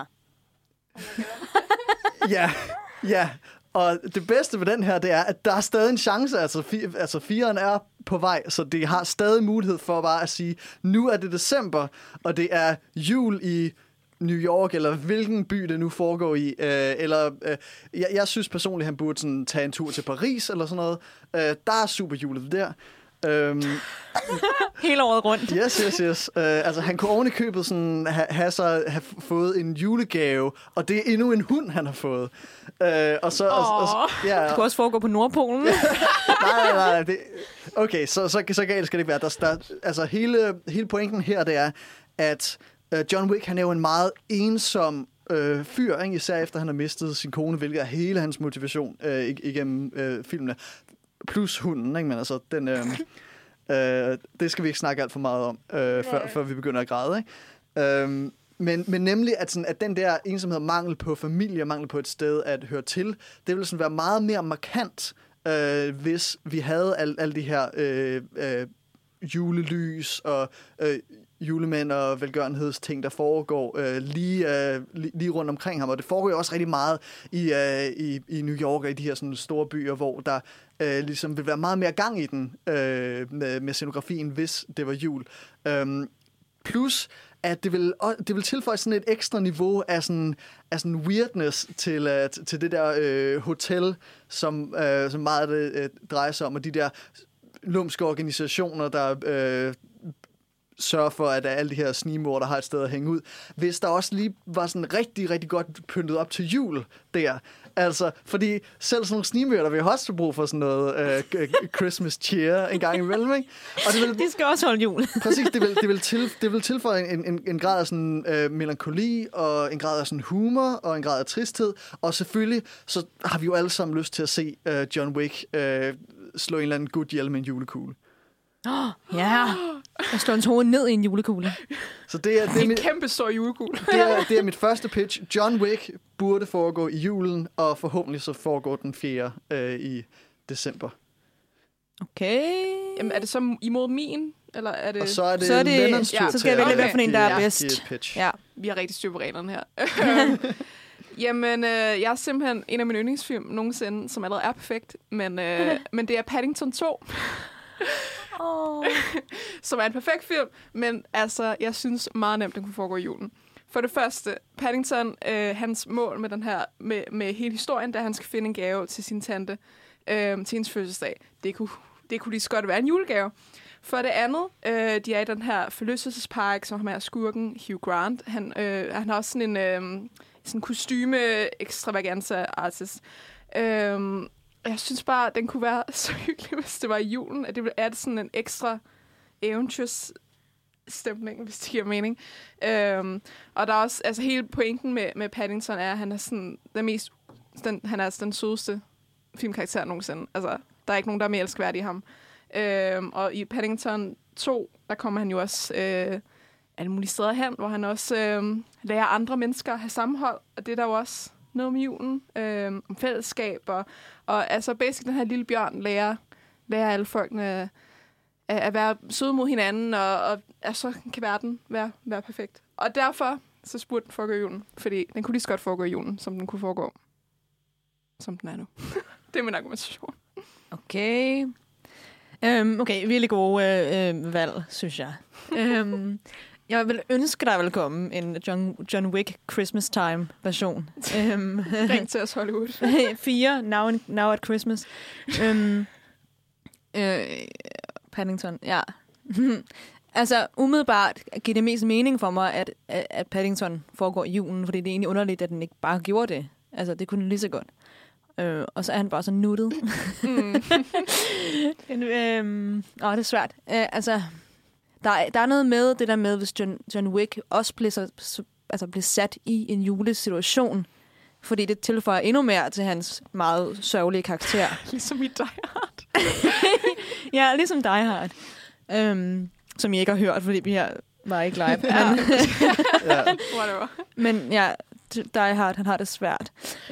Speaker 2: Ja. Og det bedste ved den her, det er, at der er stadig en chance. Altså 4'eren er på vej, så det har stadig mulighed for bare at sige, nu er det december, og det er jul i New York, eller hvilken by det nu foregår i. Jeg synes personligt, han burde sådan tage en tur til Paris, eller sådan noget. Der er super julet der.
Speaker 3: Hele året rundt.
Speaker 2: Yes. Altså, han kunne oven i købet sådan have fået en julegave, og det er endnu en hund, han har fået. Ja.
Speaker 3: Det kunne også foregå på Nordpolen.
Speaker 2: nej. Okay, så galt skal det ikke være. Altså, hele pointen her, det er, at John Wick, han er jo en meget ensom fyr, ikke? Især efter han har mistet sin kone, hvilket er hele hans motivation igennem filmene. Plus hunden, ikke? Men altså, den... det skal vi ikke snakke alt for meget om, før vi begynder at græde. Ikke? Men nemlig, at den der ensomhed, mangel på familie, mangel på et sted at høre til, det ville sådan være meget mere markant, hvis vi havde alle de her julelys og julemænd og velgørenhedsting, der foregår lige rundt omkring ham. Og det foregår jo også rigtig meget i New York og i de her sådan store byer, hvor der ligesom vil være meget mere gang i den med scenografien, hvis det var jul. Plus, at det vil tilføje sådan et ekstra niveau af sådan weirdness til det der hotel, som meget af det drejer sig om, og de der lumske organisationer, der sørge for, at alle de her snigmord, der har et sted at hænge ud. Hvis der også lige var sådan rigtig, rigtig godt pyntet op til jul der. Altså, fordi selv sådan nogle snigmørder vil også brug for sådan noget Christmas cheer en gang imellem, ikke? Og
Speaker 3: De skal også holde jul.
Speaker 2: Præcis, det vil tilføje en grad af sådan melankoli, og en grad af sådan humor, og en grad af tristhed. Og selvfølgelig, så har vi jo alle sammen lyst til at se John Wick slå en eller anden gut ihjel med en julekugle.
Speaker 3: Ja, og slå hans hoved ned i en julekugle.
Speaker 2: Så det er
Speaker 4: en kæmpe stor julekugle.
Speaker 2: det er mit første pitch. John Wick burde foregå i julen, og forhåbentlig så foregår den 4. I december.
Speaker 3: Okay.
Speaker 4: Jamen, er det så imod min? Eller er det...
Speaker 2: Og så er det Lennons tur
Speaker 3: så skal jeg vælge, hvad for en, der er bedst.
Speaker 2: Ja.
Speaker 4: Vi har rigtig styr på reglerne her. Jamen, jeg er simpelthen en af mine yndlingsfilm nogensinde, som allerede er perfekt, men det er Paddington 2. Som er en perfekt film, men altså, jeg synes meget nemt, den kunne foregå i julen. For det første, Paddington, hans mål med den her, med hele historien, da han skal finde en gave til sin tante til hendes fødselsdag, det kunne lige så godt være en julegave. For det andet, de er i den her forlystelsespark, som har med skurken Hugh Grant. Han har også sådan en kostyme extravaganza artist. Jeg synes bare, den kunne være så hyggelig, hvis det var i julen. At det er sådan en ekstra eventyrsstemning, hvis det giver mening. Og der er også, altså hele pointen med Paddington er, at han er sådan han er den sødeste filmkarakter nogensinde. Altså, der er ikke nogen, der er mere elskværdig i ham. Og i Paddington 2, der kommer han jo også alle mulige steder hen, hvor han også lærer andre mennesker at have sammenhold. Og det er der jo også noget om julen, om fællesskab. Og altså basic den her lille bjørn lærer alle folkene at være søde mod hinanden, og så kan verden være perfekt. Og derfor så spurgte den foregå i julen, fordi den kunne lige så godt foregå i julen, som den kunne foregå, som den er nu. Det er min argumentation.
Speaker 3: Okay. Okay, virkelig gode valg, synes jeg. Jeg vil ønske, der vil komme en John Wick Christmas Time version.
Speaker 4: Ring til os, Hollywood.
Speaker 3: 4, now at Christmas. Paddington, ja. Altså, umiddelbart giver det mest mening for mig, at Paddington foregår i julen, fordi det er egentlig underligt, at den ikke bare gjorde det. Altså, det kunne den lige så godt. Og så er han bare så nuttet. Det er svært. Altså, der er noget med det der med, hvis John Wick også bliver sat i en julesituation, fordi det tilføjer endnu mere til hans meget sørgelige karakter.
Speaker 4: Ligesom i Die Hard.
Speaker 3: Ja, ligesom Die Hard. Som I ikke har hørt, fordi vi var ikke live.
Speaker 4: Ja.
Speaker 3: Men,
Speaker 4: Whatever.
Speaker 3: men ja, Die Hard, han har det svært.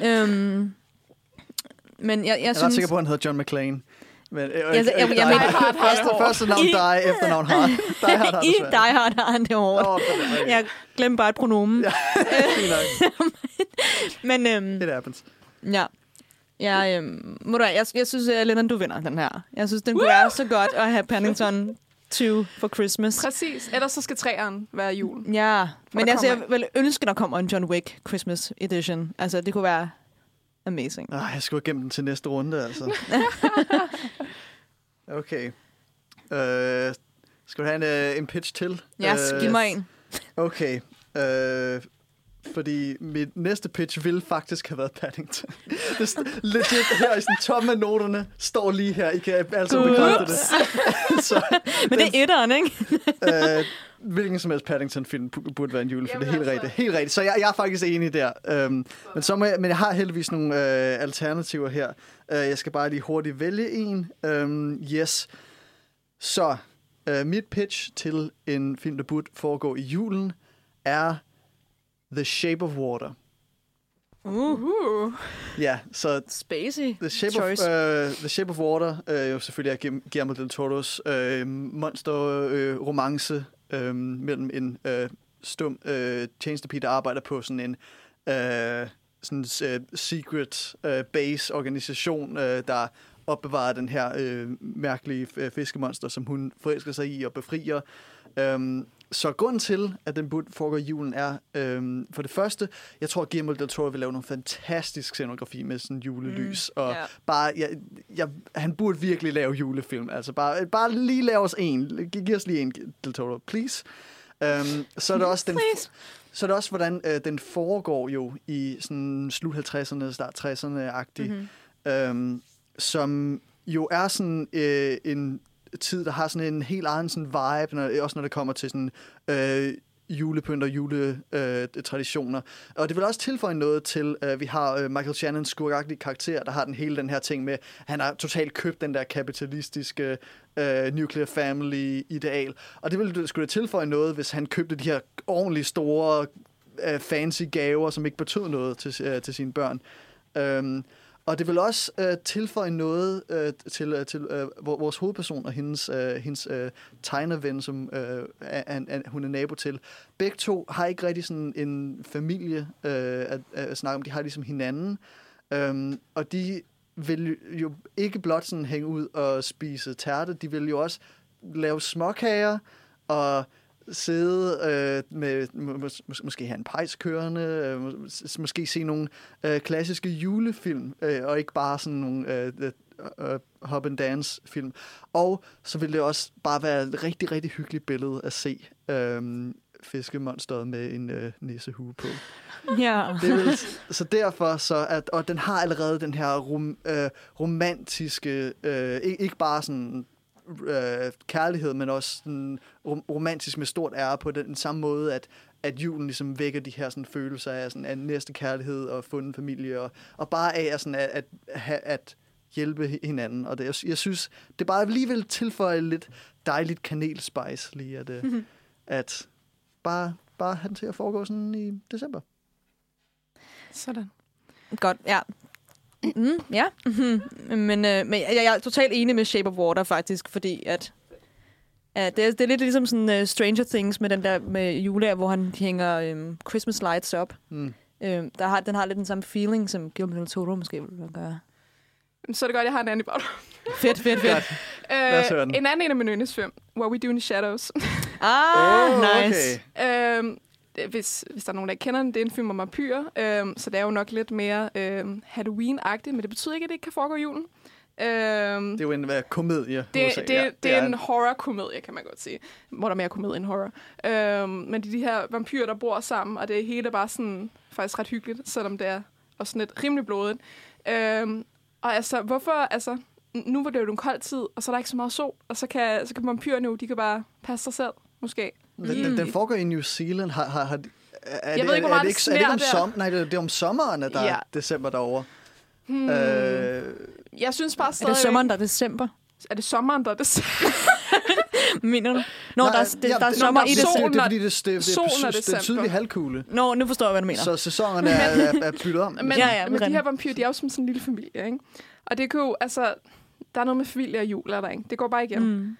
Speaker 3: Men jeg
Speaker 2: er
Speaker 3: synes...
Speaker 2: ret sikker på, at han hedder John McClane. Men,
Speaker 3: første
Speaker 2: navn Die, efternavn Hard. Die Hard har det
Speaker 3: I
Speaker 2: svært.
Speaker 3: Die Hard har han det hårdt. Jeg glemte bare et pronomen.
Speaker 2: Ja,
Speaker 3: Men
Speaker 2: it happens.
Speaker 3: ja. Jeg synes, Lennon, du vinder den her. Jeg synes, den kunne være så godt at have Paddington 2 for Christmas.
Speaker 4: Præcis. Ellers så skal træeren være jul.
Speaker 3: Ja, men jeg vil ønske, der kommer en John Wick Christmas edition. Altså, det kunne være amazing.
Speaker 2: Jeg skulle gemme den til næste runde, altså. Okay. Skal du have en pitch til?
Speaker 3: Ja, giv mig en.
Speaker 2: Okay. Fordi mit næste pitch ville faktisk have været Paddington. Det legit her i sådan toppen af noterne står lige her. I kan altså bekræfte det. Så,
Speaker 3: men det er etteren, ikke?
Speaker 2: Hvilken som helst Paddington-film burde være en julefilm. Det er helt rigtigt. Helt rigtigt. Så jeg er faktisk enig der. Men jeg har heldigvis nogle alternativer her. Jeg skal bare lige hurtigt vælge en. Yes. Så mit pitch til en film, der burde foregå i julen, er The Shape of Water. Ja, så
Speaker 3: Spacey
Speaker 2: The Shape of Water jo selvfølgelig er Guillermo del Toros monster-romance mellem en stum tjenestepige, der arbejder på sådan en secret base-organisation, der opbevarer den her mærkelige fiskemonster, som hun forelsker sig i og befrier. Så grunden til, at den burde foregå i julen, er for det første, jeg tror, at Guillermo del Toro vil lave nogle fantastisk scenografi med sådan julelys. Og bare, han burde virkelig lave julefilm. Altså bare lige lave os en. Giv os lige en, del Toro, please. Så er det også så er det også, hvordan den foregår jo i sådan slut 50'erne, start 60'erne-agtig. Som jo er sådan en tid, der har sådan en helt anden sådan vibe, også når det kommer til sådan julepynt og juletraditioner. Og det vil også tilføje noget til, vi har Michael Shannons skurkagtige karakter, der har hele den her ting med, han har totalt købt den der kapitalistiske nuclear family ideal. Og det ville skulle tilføje noget, hvis han købte de her ordentligt store fancy gaver, som ikke betød noget til sine børn. Og det vil også tilføje noget til vores hovedperson og hendes tegnerven, som hun er nabo til. Begge to har ikke rigtig sådan en familie at snakke om. De har ligesom hinanden. Og de vil jo ikke blot sådan hænge ud og spise tærte. De vil jo også lave småkager og sidde med måske have en pejs kørende, måske se nogle klassiske julefilm, og ikke bare sådan nogle hop and dance film. Og så vil det også bare være et rigtig, rigtig hyggeligt billede at se fiskemonsteret med en nissehue på.
Speaker 3: Ja.
Speaker 2: Så derfor, og den har allerede den her romantiske, ikke bare sådan kærlighed, men også sådan romantisk med stort R på den samme måde, at julen ligesom vækker de her sådan følelser af sådan af næste kærlighed og funden familie og bare af sådan at hjælpe hinanden. Og det, jeg synes, det bare alligevel tilføje lidt dejligt kanelspice lige at bare have den til at foregå sådan i december.
Speaker 4: Sådan.
Speaker 3: Godt, ja. Ja. Men jeg er totalt enig med Shape of Water faktisk, fordi at Ja, det er lidt ligesom sådan Stranger Things med den der med juleær, hvor han hænger Christmas lights op.
Speaker 2: Mm.
Speaker 3: Den har lidt den samme feeling, som Guillermo del Toro måske vil gøre.
Speaker 4: Så er det godt, jeg har en anden i bagdom.
Speaker 3: Fedt.
Speaker 4: En anden af mine yndlingsfilm, What We Do in the Shadows.
Speaker 3: Nice.
Speaker 2: Okay.
Speaker 4: Hvis der er nogen, der ikke kender den, det er en film om vampyrer. Så det er jo nok lidt mere Halloween-agtigt, men det betyder ikke, at det ikke kan foregå i julen.
Speaker 2: Det er jo en komedie.
Speaker 4: Det er en horror-komedie, kan man godt sige. Hvor der er mere komedie end horror. Men de her vampyrer, der bor sammen, og det hele er bare sådan, faktisk ret hyggeligt, selvom det er også sådan lidt rimelig blodigt. Og altså, hvorfor... Altså, nu var det jo en kold tid, og så er der ikke så meget sol, og så kan vampyrerne jo, de kan bare passe sig selv, måske.
Speaker 2: Den foregår i New Zealand.
Speaker 4: Jeg ved ikke, hvor meget det sner der.
Speaker 2: Nej, det er om sommeren, at der er december derovre.
Speaker 4: Jeg synes bare stadig...
Speaker 3: Er det sommeren, der er december?
Speaker 4: Er det sommeren, der er december?
Speaker 3: Mener du? Der er sommer i december.
Speaker 2: Det er fordi, det er sydlige halvkugle.
Speaker 3: Nu forstår jeg, hvad du mener.
Speaker 2: Så sæsonerne er byttet om.
Speaker 4: Men de her vampyrer, de er jo som sådan en lille familie, ikke? Og det kan jo, altså... Der er noget med familie og jul, er der ikke? Det går bare igennem.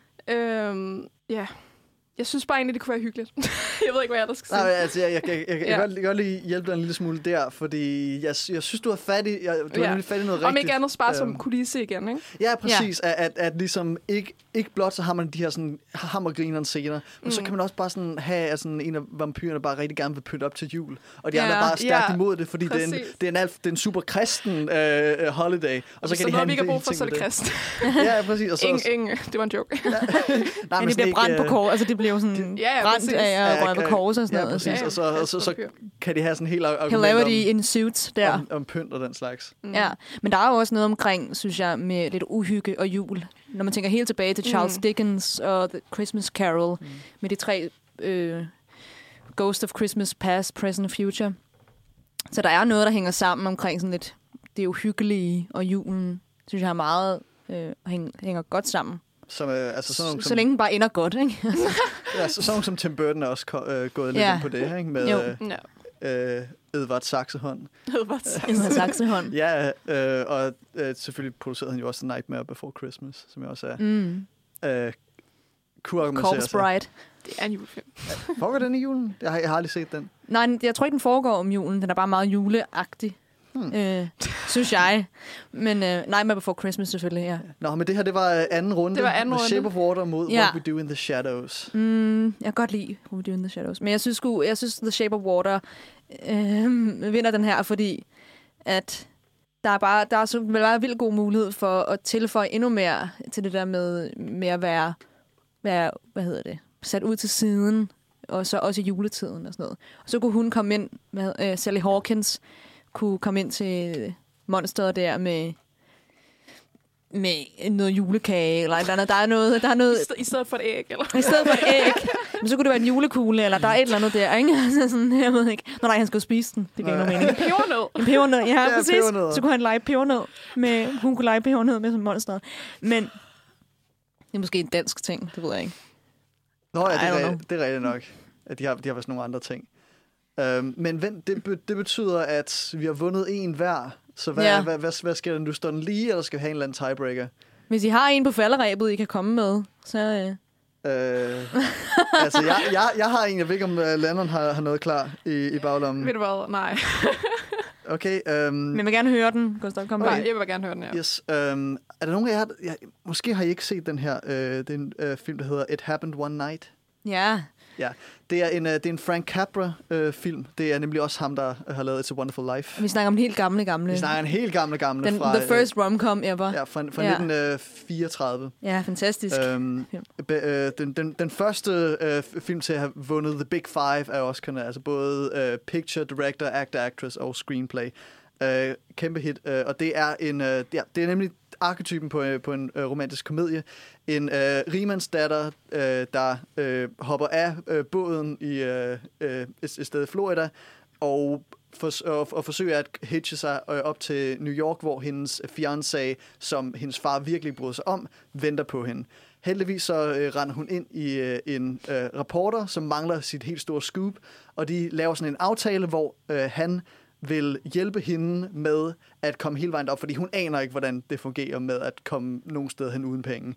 Speaker 4: Jeg synes bare egentlig, det kunne være hyggeligt. Jeg ved ikke, hvad jeg skal sige.
Speaker 2: Nej, altså, jeg kan godt lige hjælpe dig en lille smule der, fordi jeg synes, du har fat i, noget rigtigt.
Speaker 4: Om ikke andet bare som kulisse igen, ikke?
Speaker 2: Ja, præcis. At ligesom ikke blot, så har man de her sådan hammergrinerne scener, men så kan man også bare sådan have, at sådan en af vampyrerne bare rigtig gerne vil pynte op til jul. Og de andre er bare stærkt imod det, fordi det er en super kristen holiday. Og så kan de have
Speaker 4: vi ikke har brug for, så er det kristen.
Speaker 2: Ja, præcis. Og så,
Speaker 4: det var en joke.
Speaker 2: Nej,
Speaker 3: men det bliver brændt på kors, altså det bliver jo sådan brændt af at røre på kors og sådan noget.
Speaker 2: Ja, præcis. Og så kan de have sådan helt argument
Speaker 3: Hilarity in suits der.
Speaker 2: Om pynt og den slags.
Speaker 3: Ja, men der er jo også noget omkring, synes jeg, med lidt uhygge og jul. Når man tænker helt tilbage til Charles Dickens og The Christmas Carol, med de 3 Ghost of Christmas Past, Present og Future. Så der er noget, der hænger sammen omkring sådan lidt det uhyggelige og julen, synes jeg har meget hænger godt sammen.
Speaker 2: Som,
Speaker 3: så længe den bare ender godt, ikke?
Speaker 2: Ja, sådan som Tim Burton er også gået lidt ind på det, ikke? Med Edvard Saxehånd.
Speaker 3: Edvard Saxehånd.
Speaker 2: Ja, og selvfølgelig producerede han jo også Nightmare Before Christmas, som jeg også er kunne argumentere
Speaker 3: Corpse Bride.
Speaker 4: Det er en julefilm.
Speaker 2: Foregår den i julen? Jeg har aldrig set den.
Speaker 3: Nej, jeg tror ikke, den foregår om julen. Den er bare meget juleagtig. Synes jeg. Men Nightmare Before Christmas selvfølgelig, ja.
Speaker 2: Nå, men det her, det var anden runde.
Speaker 4: Det var anden runde.
Speaker 2: The Shape of Water mod What We Do in the Shadows.
Speaker 3: Jeg kan godt lide What We Do in the Shadows. Men jeg synes The Shape of Water vinder den her, fordi at der er så en vildt god mulighed for at tilføje endnu mere til det der med at være hvad hedder det, sat ud til siden, og så også i juletiden og sådan noget. Og så kunne hun komme ind med Sally Hawkins, kunne komme ind til monsteret der med noget julekage eller et eller andet. Der er noget
Speaker 4: i stedet for et æg, eller?
Speaker 3: I stedet for et æg. Men så kunne det være en julekugle, eller der er et eller andet der, ikke? Sådan, jeg ved ikke. Nej, han skulle spise den. Det gav nogen mening.
Speaker 4: En pebernød.
Speaker 3: En pebernød, ja, præcis. Pebernød. Så kunne han lege pebernød med, hun kunne lege pebernød med som monsteret. Men det er måske en dansk ting, det ved jeg ikke.
Speaker 2: Nå ja, det er rigtigt nok. At de har vist nogle andre ting. Men det betyder, at vi har vundet en hver. Så hvad sker der nu? Står den lige, eller skal vi have en eller anden tiebreaker?
Speaker 3: Hvis I har en på falderæbet, I kan komme med, så...
Speaker 2: Altså, jeg har en. Jeg ved ikke, om Landon har noget klar i baglommen.
Speaker 4: Ved du hvad? Nej.
Speaker 2: Okay.
Speaker 3: Men jeg vil gerne høre den. Gustav, kom
Speaker 4: okay. Jeg vil gerne høre den, ja.
Speaker 2: Yes. Er der nogen af jer, måske har I ikke set den her. Det er en film, der hedder It Happened One Night.
Speaker 3: Ja.
Speaker 2: Ja, det er en Frank Capra-film. Det er nemlig også ham, der har lavet It's a Wonderful Life.
Speaker 3: Vi snakker om helt gamle.
Speaker 2: Vi snakker en helt gamle fra...
Speaker 3: The first rom-com ever.
Speaker 2: Ja, fra 1934.
Speaker 3: Ja, fantastisk.
Speaker 2: Den første film til at have vundet The Big Five af Oscar'ne, altså både Picture, Director, Actor, Actress og Screenplay. Kæmpe hit. Og det er det er nemlig arketypen på en romantisk komedie. En rigmandsdatter, der hopper af båden i et sted i Florida, og forsøger at hitche sig op til New York, hvor hendes fiancé, som hendes far virkelig bryder sig om, venter på hende. Heldigvis så render hun ind i en reporter, som mangler sit helt store scoop, og de laver sådan en aftale, hvor han vil hjælpe hende med at komme hele vejen op, fordi hun aner ikke, hvordan det fungerer med at komme nogen sted hen uden penge.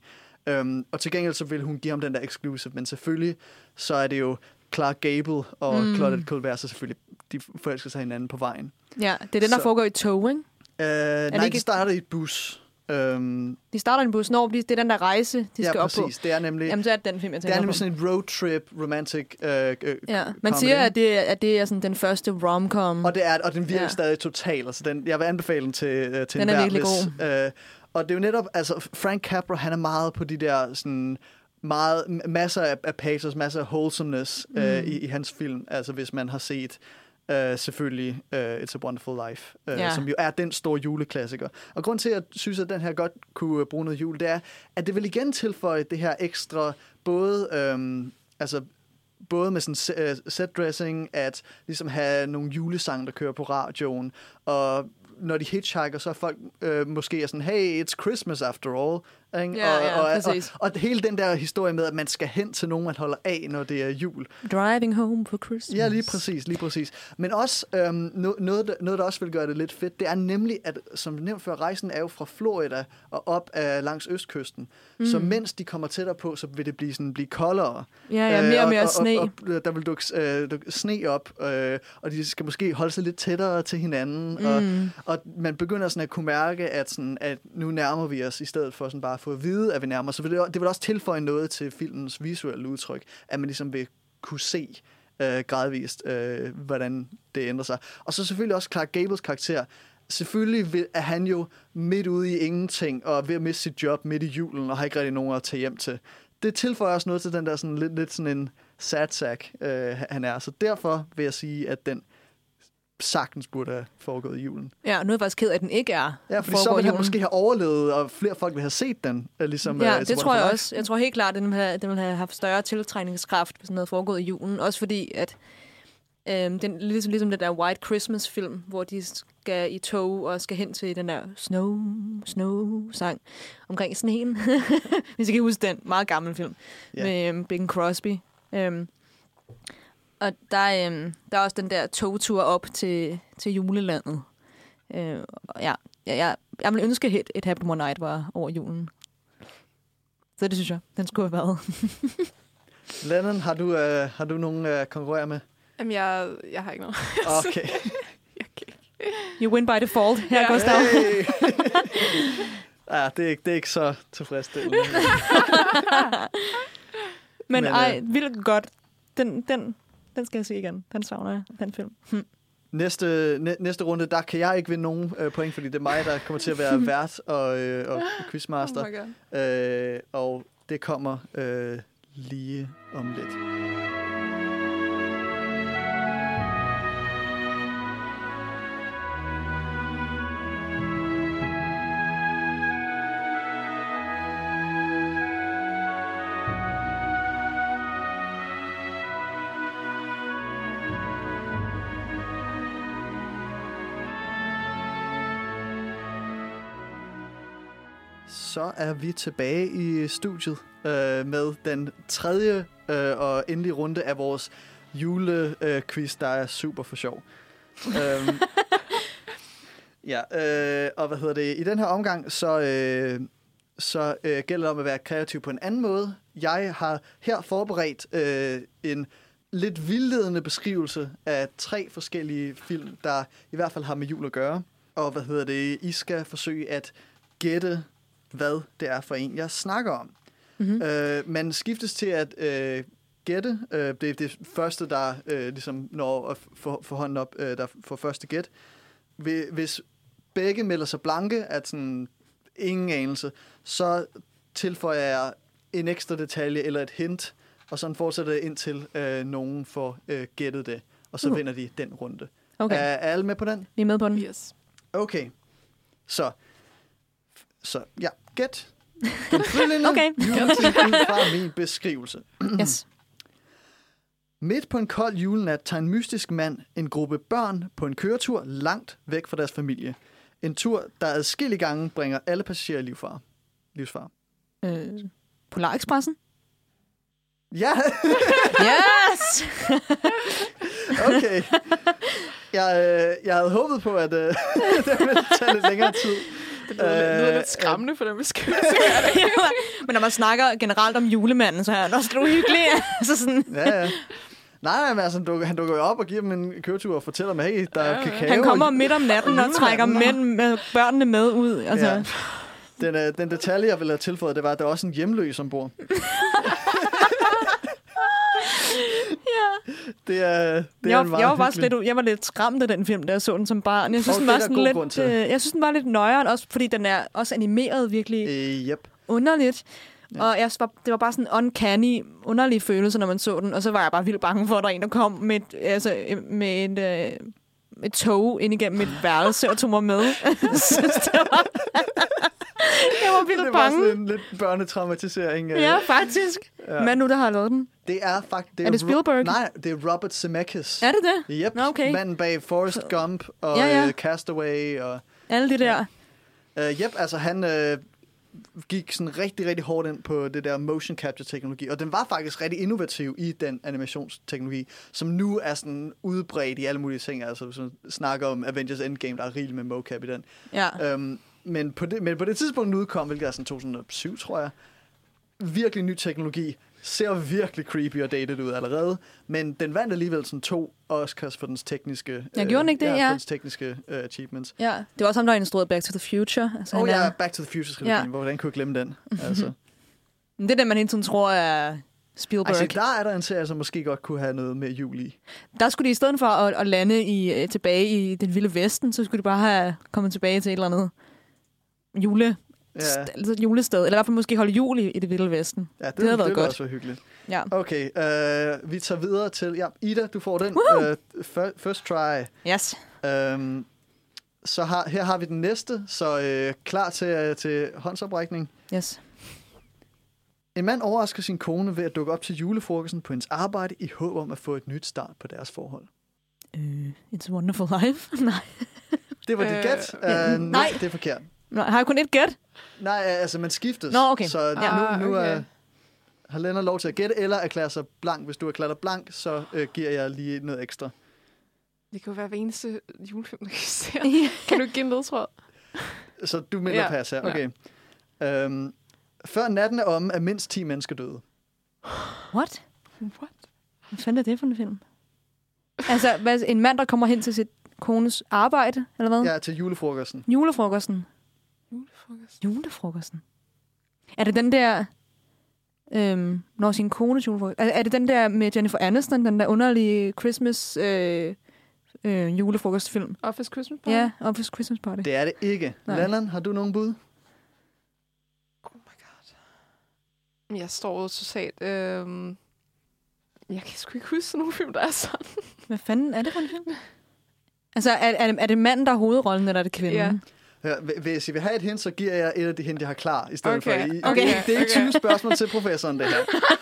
Speaker 2: Og til gengæld så vil hun give ham den der exclusive, men selvfølgelig så er det jo Clark Gable og Claudette Colbert, så selvfølgelig de forelsker sig hinanden på vejen.
Speaker 3: Ja, det er den, der foregår i tog, ikke?
Speaker 2: Nej, de starter i et bus.
Speaker 3: De starter i en bus, når det er den der rejse, de skal op på.
Speaker 2: Ja, præcis. Det er nemlig...
Speaker 3: Jamen, så er det den film, jeg tænker på.
Speaker 2: Det er nemlig sådan en roadtrip, romantic
Speaker 3: man siger, at det er sådan den første rom-com.
Speaker 2: Og den virker stadig total. Altså jeg vil anbefale den til
Speaker 3: den
Speaker 2: en
Speaker 3: er virkelig god.
Speaker 2: Og det er jo netop... Altså, Frank Capra, han er meget på de der... sådan masser af pathos, masser af wholesomeness i hans film. Altså, hvis man har set... selvfølgelig It's a Wonderful Life, som jo er den store juleklassiker. Og grund til, at jeg synes, at den her godt kunne bruge noget jul, det er, at det vil igen tilføje det her ekstra, både med sådan set-dressing, at ligesom have nogle julesange, der kører på radioen, og når de hitchhiker, så er folk måske sådan, hey, it's Christmas after all. Og hele den der historie med, at man skal hen til nogen, man holder af, når det er jul.
Speaker 3: Driving home for Christmas.
Speaker 2: Ja, lige præcis. Men også noget, der også vil gøre det lidt fedt, det er nemlig, at som nævnt før, rejsen er jo fra Florida og op langs østkysten. Så mens de kommer tættere på, så vil det blive koldere.
Speaker 3: Ja, mere og mere sne.
Speaker 2: Og der vil dukke sne op, og de skal måske holde sig lidt tættere til hinanden. Og man begynder sådan at kunne mærke, at nu nærmer vi os, i stedet for sådan bare at få at vide, at vi nærmer. Så det vil også tilføje noget til filmens visuelle udtryk, at man ligesom vil kunne se gradvist, hvordan det ændrer sig. Og så selvfølgelig også Clark Gables karakter. Selvfølgelig er han jo midt ude i ingenting, og ved at miste sit job midt i julen, og har ikke rigtig nogen at tage hjem til. Det tilføjer også noget til den der sådan lidt sådan en sad sack, han er. Så derfor vil jeg sige, at den sagtens burde have foregået i julen.
Speaker 3: Ja, nu er jeg faktisk ked af, at den ikke er.
Speaker 2: Ja, fordi så ville han måske have overlevet, og flere folk vil have set den. Ligesom,
Speaker 3: ja, det tror jeg også. Jeg tror helt klart, at den ville have haft større tiltrækningskraft, hvis den havde foregået i julen. Også fordi, at den, ligesom den der White Christmas-film, hvor de skal i tog og skal hen til den der Snow-sang omkring sneen. Hvis I kan huske den. Meget gammel film. Med Bing Crosby. Og der er også den der togtur op til julelandet. Jeg vil ønske, et Happy More Night var over julen. Så det synes jeg, den skulle have været.
Speaker 2: Lennon, har du nogen at konkurrere med?
Speaker 4: Jamen, jeg har ikke noget.
Speaker 2: Okay.
Speaker 3: You win by default, her Gustav.
Speaker 2: Hey. Ja, det er ikke så tilfredsstillende.
Speaker 3: Men vildt godt. Den skal jeg se igen. Den savner jeg, den film.
Speaker 2: Næste runde, der kan jeg ikke vinde nogen point, fordi det er mig, der kommer til at være vært og quizmaster. Og det kommer lige om lidt. Så er vi tilbage i studiet med den tredje og endelige runde af vores julequiz, der er super for sjov. Og hvad hedder det? I den her omgang, så gælder det om at være kreativ på en anden måde. Jeg har her forberedt en lidt vildledende beskrivelse af 3 forskellige film, der i hvert fald har med jul at gøre. Og hvad hedder det? I skal forsøge at gætte, hvad det er for en, jeg snakker om. Mm-hmm. Man skiftes til at gætte. Det er det første, der ligesom når at få hånden op, der får første gæt. Hvis begge melder sig blanke, at sådan ingen anelse, så tilføjer jeg en ekstra detalje eller et hint, og sådan fortsætter det indtil nogen får gættet det. Og så vinder de den runde. Okay. Er alle med på den?
Speaker 3: Vi er med på den.
Speaker 4: Yes.
Speaker 2: Okay. Så ja, gæt den følgende juletitel fra min beskrivelse.
Speaker 3: Yes.
Speaker 2: Midt på en kold julenat tager en mystisk mand en gruppe børn på en køretur langt væk fra deres familie. En tur, der adskillige gange bringer alle passagerer livsfare.
Speaker 3: Polarekspressen?
Speaker 2: Ja!
Speaker 3: Yes!
Speaker 2: Okay. Jeg havde håbet på, at det ville tage lidt længere tid.
Speaker 4: Det lyder lidt skræmmende for dem, vi skal
Speaker 3: Men når man snakker generelt om julemanden, så er han også hyggelig. Altså sådan.
Speaker 2: Ja. Nej, men altså, han dukker jo op og giver dem en køretur og fortæller dem, hey, der er kakao.
Speaker 3: Han kommer midt om natten og trækker børnene med ud. Altså.
Speaker 2: Ja. Den detalje, jeg ville have tilføjet, det var, at der er også en hjemløs ombord.
Speaker 3: Jeg var lidt skræmt af den film, da jeg så den som barn. Jeg synes, den var sådan lidt, jeg synes, den var lidt nøjeren, også fordi den er også animeret virkelig underligt. Ja. Og det var bare sådan en uncanny, underlig følelse, når man så den. Og så var jeg bare vildt bange for, at der var en, der kom med et tog ind igennem et værelse og tog mig med. Jeg var vildt bange.
Speaker 2: Det var sådan en lidt børnetraumatisering.
Speaker 3: Ja, faktisk. Ja. Men nu, der har lavet den.
Speaker 2: Det er faktisk...
Speaker 3: Er det Spielberg?
Speaker 2: Nej, det er Robert Zemeckis.
Speaker 3: Er det det?
Speaker 2: Yep.
Speaker 3: Nå, okay.
Speaker 2: Manden bag Forrest Gump og Castaway. Og
Speaker 3: alle de der.
Speaker 2: Altså han gik sådan rigtig, rigtig hårdt ind på det der motion capture-teknologi. Og den var faktisk rigtig innovativ i den animationsteknologi, som nu er sådan udbredt i alle mulige ting. Altså hvis man snakker om Avengers Endgame, der er rigeligt med mocap i den.
Speaker 3: Ja.
Speaker 2: Men på det tidspunkt, den udkom, hvilket er sådan 2007, tror jeg, virkelig ny teknologi, ser virkelig creepy og dated ud allerede, men den vandt alligevel sådan 2 Oscars for dens tekniske...
Speaker 3: gjorde den ikke det?
Speaker 2: Ja, for dens tekniske achievements.
Speaker 3: Ja, det var også ham, der instruerede Back to the Future. Altså,
Speaker 2: Back to the Future-trilogien. Hvordan kunne jeg glemme den? Altså.
Speaker 3: Det er det, man hele tiden tror er Spielberg.
Speaker 2: Altså, der er der en serie, som måske godt kunne have noget med jul i.
Speaker 3: Der skulle de i stedet for at lande tilbage i den vilde vesten, så skulle de bare have kommet tilbage til et eller andet julested, eller i hvert fald måske holde jul i det vilde vesten.
Speaker 2: Ja, det
Speaker 3: havde været godt.
Speaker 2: Også hyggeligt.
Speaker 3: Ja.
Speaker 2: Okay, vi tager videre til... Ja, Ida, du får den first try.
Speaker 3: Yes.
Speaker 2: Så her har vi den næste, så klar til håndsoprækning.
Speaker 3: Yes.
Speaker 2: En mand overrasker sin kone ved at dukke op til julefrokosten på hendes arbejde i håb om at få et nyt start på deres forhold.
Speaker 3: It's a Wonderful Life? Nej.
Speaker 2: Det var dit gæt. Nej, det er forkert.
Speaker 3: Nå, har jeg kun et gæt?
Speaker 2: Nej, altså man skiftes.
Speaker 3: Nå, okay.
Speaker 2: Så nu har Lennart lov til at gætte, eller erklære sig blank. Hvis du erklærer dig blank, så giver jeg lige noget ekstra.
Speaker 4: Det kan jo være hver eneste julefilm, der kan se. Kan du ikke give en ledtråd?
Speaker 2: Så du mener pas her. Okay. Før natten er omme, er mindst 10 mennesker døde.
Speaker 3: What? Hvad fanden er det for en film? Altså, en mand, der kommer hen til sit kones arbejde, eller hvad?
Speaker 2: Ja, til julefrokosten.
Speaker 3: Julefrokosten. Er det den der... når sin kones julefrokost... Er det den der med Jennifer Aniston, den der underlige Christmas julefrokostfilm?
Speaker 4: Office Christmas Party?
Speaker 3: Ja, Office Christmas Party.
Speaker 2: Det er det ikke. Lennon, har du nogen bud?
Speaker 4: Oh my god. Jeg står jo totalt... Jeg kan sgu ikke huske sådan nogle film, der er sådan.
Speaker 3: Hvad fanden er det for en film? Altså, er det manden, der er hovedrollen, eller er det kvinden?
Speaker 2: Ja. Hvis I vil have et hint, så giver jeg et af de hint, jeg har klar, i stedet for.
Speaker 3: Okay.
Speaker 2: Det er ikke 20 spørgsmål til professoren, det her.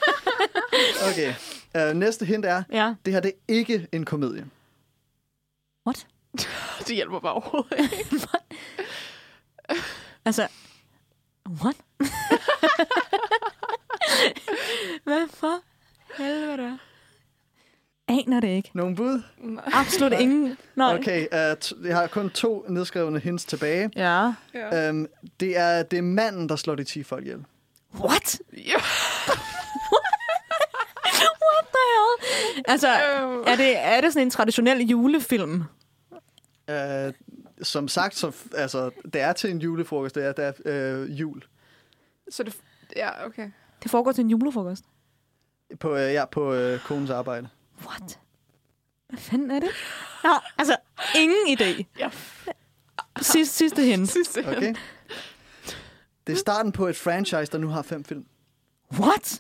Speaker 2: Okay. Næste hint er, det her det er ikke en komedie.
Speaker 3: What?
Speaker 4: Det hjælper bare overhovedet ikke.
Speaker 3: Altså, what? Hvad for helvede? Aner det ikke.
Speaker 2: Nogen bud?
Speaker 3: Nej. Absolut ingen. Nej.
Speaker 2: Okay, jeg har kun 2 nedskrevne hints tilbage.
Speaker 3: Ja.
Speaker 2: Det er manden, der slår de 10 folk ihjel.
Speaker 3: What? What the hell? Altså, er det sådan en traditionel julefilm?
Speaker 2: Som sagt, det er til en julefrokost. Det er jul.
Speaker 4: Så det... Ja, okay.
Speaker 3: Det foregår til en julefrokost?
Speaker 2: På konens arbejde.
Speaker 3: What? Hvad fanden er det? Ja, altså, ingen idé.
Speaker 4: Ja.
Speaker 3: Sidste hint.
Speaker 2: Okay. Det er starten på et franchise, der nu har 5 film.
Speaker 3: What?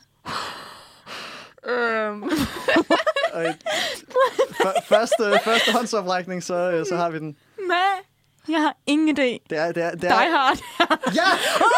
Speaker 2: Første håndsoprækning, så har vi den.
Speaker 3: Nej, jeg har ingen idé.
Speaker 2: Det er
Speaker 3: Die Hard.
Speaker 2: Ja!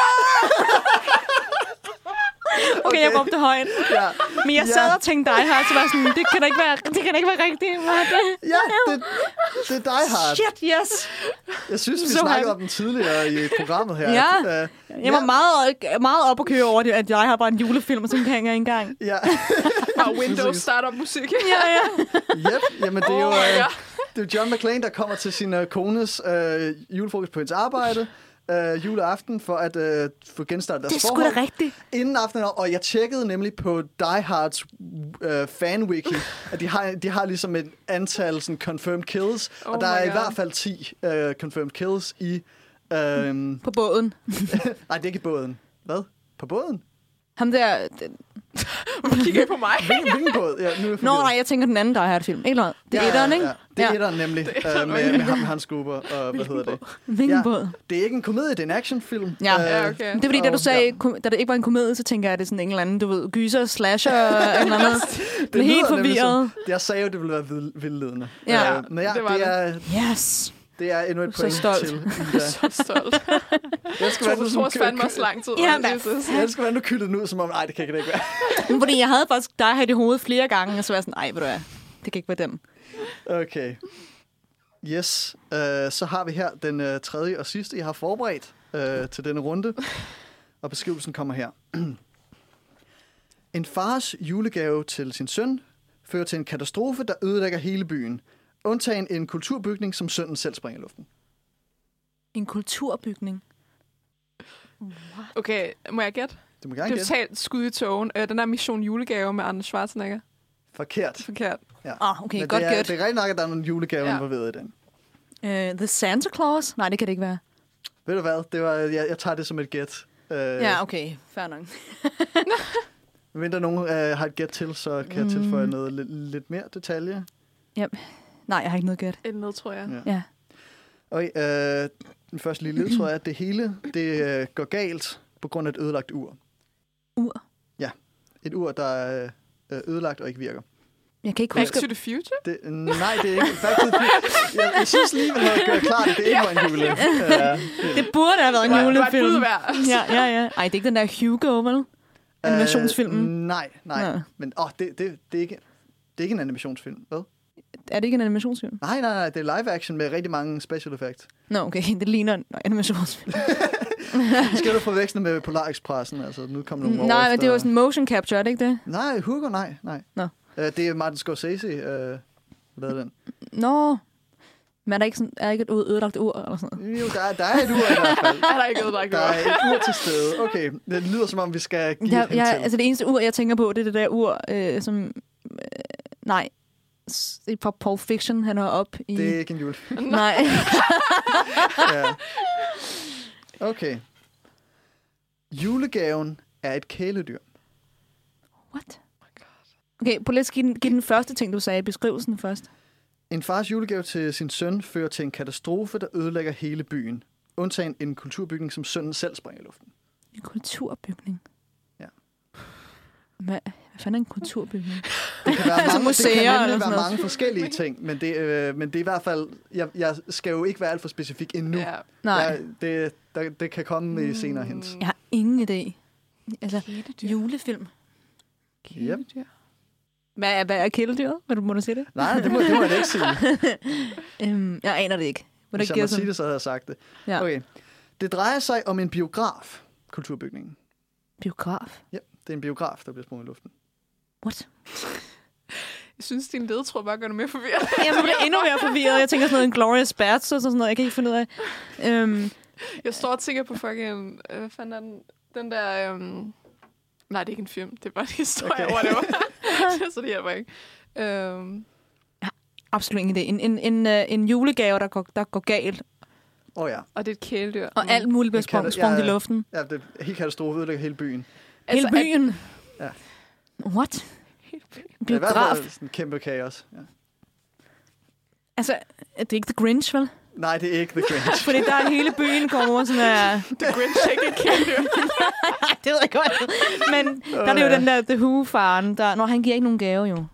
Speaker 3: Okay, jeg råbte højt.
Speaker 2: Ja.
Speaker 3: Men jeg sad og tænkte Die Hard, så var sådan, det kan da ikke være rigtigt.
Speaker 2: Ja, det er Die Hard.
Speaker 3: Shit, yes.
Speaker 2: Jeg synes, vi snakkede om den tidligere i programmet her.
Speaker 3: Ja, jeg var meget op at køre over det, at Die Hard var en julefilm, og sådan kan jeg ikke engang.
Speaker 2: Ja.
Speaker 4: Bare Windows startup musik.
Speaker 3: Ja.
Speaker 2: Yep, jamen det er jo... Det er John McClane, der kommer til sin kones julefrokost på hendes arbejde, juleaften for at få genstartet deres
Speaker 3: Det er sgu
Speaker 2: forhold.
Speaker 3: da rigtigt.
Speaker 2: Inden aftenen, og jeg tjekkede nemlig på Die Hards fanwiki, at de har ligesom et antal sådan, confirmed kills, og der er i hvert fald 10 confirmed kills i...
Speaker 3: På båden.
Speaker 2: Nej, det er ikke i båden. Hvad? På båden?
Speaker 3: Ham der...
Speaker 4: Hvorfor kigger I på mig?
Speaker 2: Hvilken båd? Ja, nu er jeg
Speaker 3: Nå,
Speaker 2: forvirret.
Speaker 3: nej, jeg tænker den anden, der har et film. Ikke noget. Det er etteren, ikke?
Speaker 2: Ja. Det er etteren nemlig, med Hans Gruber og hvad hedder det?
Speaker 3: Hvilken båd?
Speaker 2: Det er ikke en komedie, det er en actionfilm.
Speaker 3: Ja.
Speaker 4: Ja, okay.
Speaker 3: Det er fordi, da du
Speaker 2: og-
Speaker 3: sagde, da det ikke var en komedie, så tænker jeg, at det er sådan en eller anden, du ved, gyser, slasher eller andet.
Speaker 2: Det
Speaker 3: helt
Speaker 2: lyder nemlig
Speaker 3: forvirret.
Speaker 2: som- Jeg sagde jo, det ville være vildledende.
Speaker 3: Ja,
Speaker 2: men ja,
Speaker 4: det var
Speaker 3: Yes!
Speaker 2: det er endnu et
Speaker 3: Så
Speaker 2: point
Speaker 3: stolt.
Speaker 2: til Ida.
Speaker 4: Så stolt.
Speaker 2: Jeg skal være
Speaker 4: Du tror fandme også lang tid.
Speaker 3: Ja,
Speaker 4: det er så-
Speaker 2: Jeg skal være nu kyldet den ud, som om, nej, det kan ikke være.
Speaker 3: Fordi jeg havde faktisk dig her i hovedet flere gange, og så var jeg sådan, ej, ved du hvad, det kan ikke være den.
Speaker 2: Okay. Yes. Så har vi her den tredje og sidste, jeg har forberedt til denne runde. Og beskrivelsen kommer her. En fars julegave til sin søn fører til en katastrofe, der ødelægger hele byen. Undtagen en kulturbygning, som sønnen selv springer i luften.
Speaker 3: En kulturbygning.
Speaker 4: Okay, må jeg gætte?
Speaker 2: Det må
Speaker 4: Det
Speaker 2: gerne
Speaker 4: er
Speaker 2: gætte.
Speaker 4: totalt skud i togen. Den der Mission Julegave med Anders Schwarzenegger.
Speaker 2: Forkert.
Speaker 4: Forkert.
Speaker 3: Ah, okay,
Speaker 2: Men
Speaker 3: godt
Speaker 2: det er
Speaker 3: gæt.
Speaker 2: rigtig nok, at der er nogle julegaver involveret i den.
Speaker 3: The Santa Claus? Nej, det kan det ikke være.
Speaker 2: Ved du hvad? Det var, jeg tager det som et gæt.
Speaker 3: Ja, okay, fair nok.
Speaker 2: Hvis nogen har et gæt til, så kan jeg tilføje noget lidt mere detalje.
Speaker 3: Nej, jeg har ikke noget gæt.
Speaker 4: Et ned, tror jeg.
Speaker 3: Ja.
Speaker 2: Okay, den første lille ledtråd er, at det hele går galt på grund af et ødelagt ur.
Speaker 3: Ur?
Speaker 2: Ja, et ur, der er ødelagt og ikke virker.
Speaker 3: Jeg kan ikke
Speaker 4: Back
Speaker 3: huske...
Speaker 4: to the Future?
Speaker 2: Nej, det er ikke. Jeg synes lige, vi havde gjort klart, at det ikke var en jule.
Speaker 3: Det burde have været en
Speaker 4: Det var et
Speaker 3: julefilm.
Speaker 4: bud hver.
Speaker 3: Ja. Ej, det er ikke den der Hugo, vel? Animationsfilmen.
Speaker 2: Nej.
Speaker 3: Nå.
Speaker 2: Men det er ikke en animationsfim, hvad?
Speaker 3: Er det ikke en animationsfilm?
Speaker 2: Nej, det er live action med rigtig mange special effects.
Speaker 3: Nå, okay, det ligner en animationsfilm.
Speaker 2: Skal du forveksle med Polar Expressen? Altså, nu kommer nogle år
Speaker 3: Nej,
Speaker 2: efter.
Speaker 3: men det var sådan motion capture, er det ikke det?
Speaker 2: Nej, Hugo, nej.
Speaker 3: Nå.
Speaker 2: Det er Martin Scorsese, lavede den.
Speaker 3: Nå, men er der ikke, sådan, er der ikke et ødelagt ur eller sådan noget?
Speaker 2: Jo, der er et ur i hvert fald.
Speaker 4: Er der ikke noget,
Speaker 2: Der er et ur til stede. Okay, det lyder som om, vi skal give et hint til.
Speaker 3: Altså det eneste ur, jeg tænker på, det er det der ur, som... nej, det er fra Pulp Fiction, han har op i...
Speaker 2: Det er ikke en jul.
Speaker 3: Nej.
Speaker 2: Ja. Okay. Julegaven er et kæledyr.
Speaker 3: What? Okay, prøv lige at give den første ting, du sagde, beskrivelsen først.
Speaker 2: En fars julegave til sin søn fører til en katastrofe, der ødelægger hele byen. Undtagen en kulturbygning, som sønnen selv springer i luften.
Speaker 3: En kulturbygning?
Speaker 2: Ja.
Speaker 3: Hvad fanden er en kulturbygning?
Speaker 2: Det kan være mange,
Speaker 3: museer
Speaker 2: det kan
Speaker 3: eller
Speaker 2: nemlig
Speaker 3: sådan
Speaker 2: være
Speaker 3: noget.
Speaker 2: mange forskellige ting, men det er i hvert fald... Jeg skal jo ikke være alt for specifik endnu.
Speaker 4: Ja.
Speaker 3: Nej,
Speaker 2: Det kan komme i senere hint.
Speaker 3: jeg har ingen idé. Altså, julefilm.
Speaker 2: Yep.
Speaker 3: Hvad er kæledyret? Må du sige det?
Speaker 2: Nej, det må jeg ikke sige.
Speaker 3: Jeg aner det ikke. Må du
Speaker 2: Hvis
Speaker 3: ikke
Speaker 2: jeg må
Speaker 3: give
Speaker 2: sige det, så havde jeg sagt det.
Speaker 3: Ja.
Speaker 2: Okay. Det drejer sig om en biograf, kulturbygningen.
Speaker 3: Biograf?
Speaker 2: Ja, det er en biograf, der bliver sprunget i luften.
Speaker 3: What?
Speaker 4: Jeg synes, din ledtråd bare gør det mere forvirret.
Speaker 3: Jeg bliver endnu mere forvirret. Jeg tænker sådan noget en Glorious Bastards og sådan noget. Jeg kan ikke finde ud af.
Speaker 4: Jeg står og tænker på fucking... hvad fanden er den der... nej, det er ikke en film. Det er bare en historie,
Speaker 2: Okay.
Speaker 4: whatever. Så det hjælper ikke.
Speaker 3: Absolut ingen idé. En julegave, der går galt,
Speaker 2: Ja.
Speaker 4: Og det er et kæledyr.
Speaker 3: og alt muligt bliver
Speaker 2: Det kan
Speaker 3: sprunget
Speaker 2: det-
Speaker 3: i luften.
Speaker 2: Ja, det er helt katastrofe, ødelægger hele byen.
Speaker 3: Hele byen?
Speaker 2: Ja.
Speaker 3: What?
Speaker 2: Det er i hvert
Speaker 3: Biograf?
Speaker 2: fald sådan en kæmpe kaos. Ja.
Speaker 3: Altså, er det ikke The Grinch, vel?
Speaker 2: Nej, det er ikke The Grinch.
Speaker 3: Fordi der er hele byen kommer over sådan her...
Speaker 4: The Grinch er ikke et kæledyr.
Speaker 3: det ved jeg godt. Men der er det jo den der The Who-faren, der... Nå, han giver ikke nogen gave, jo.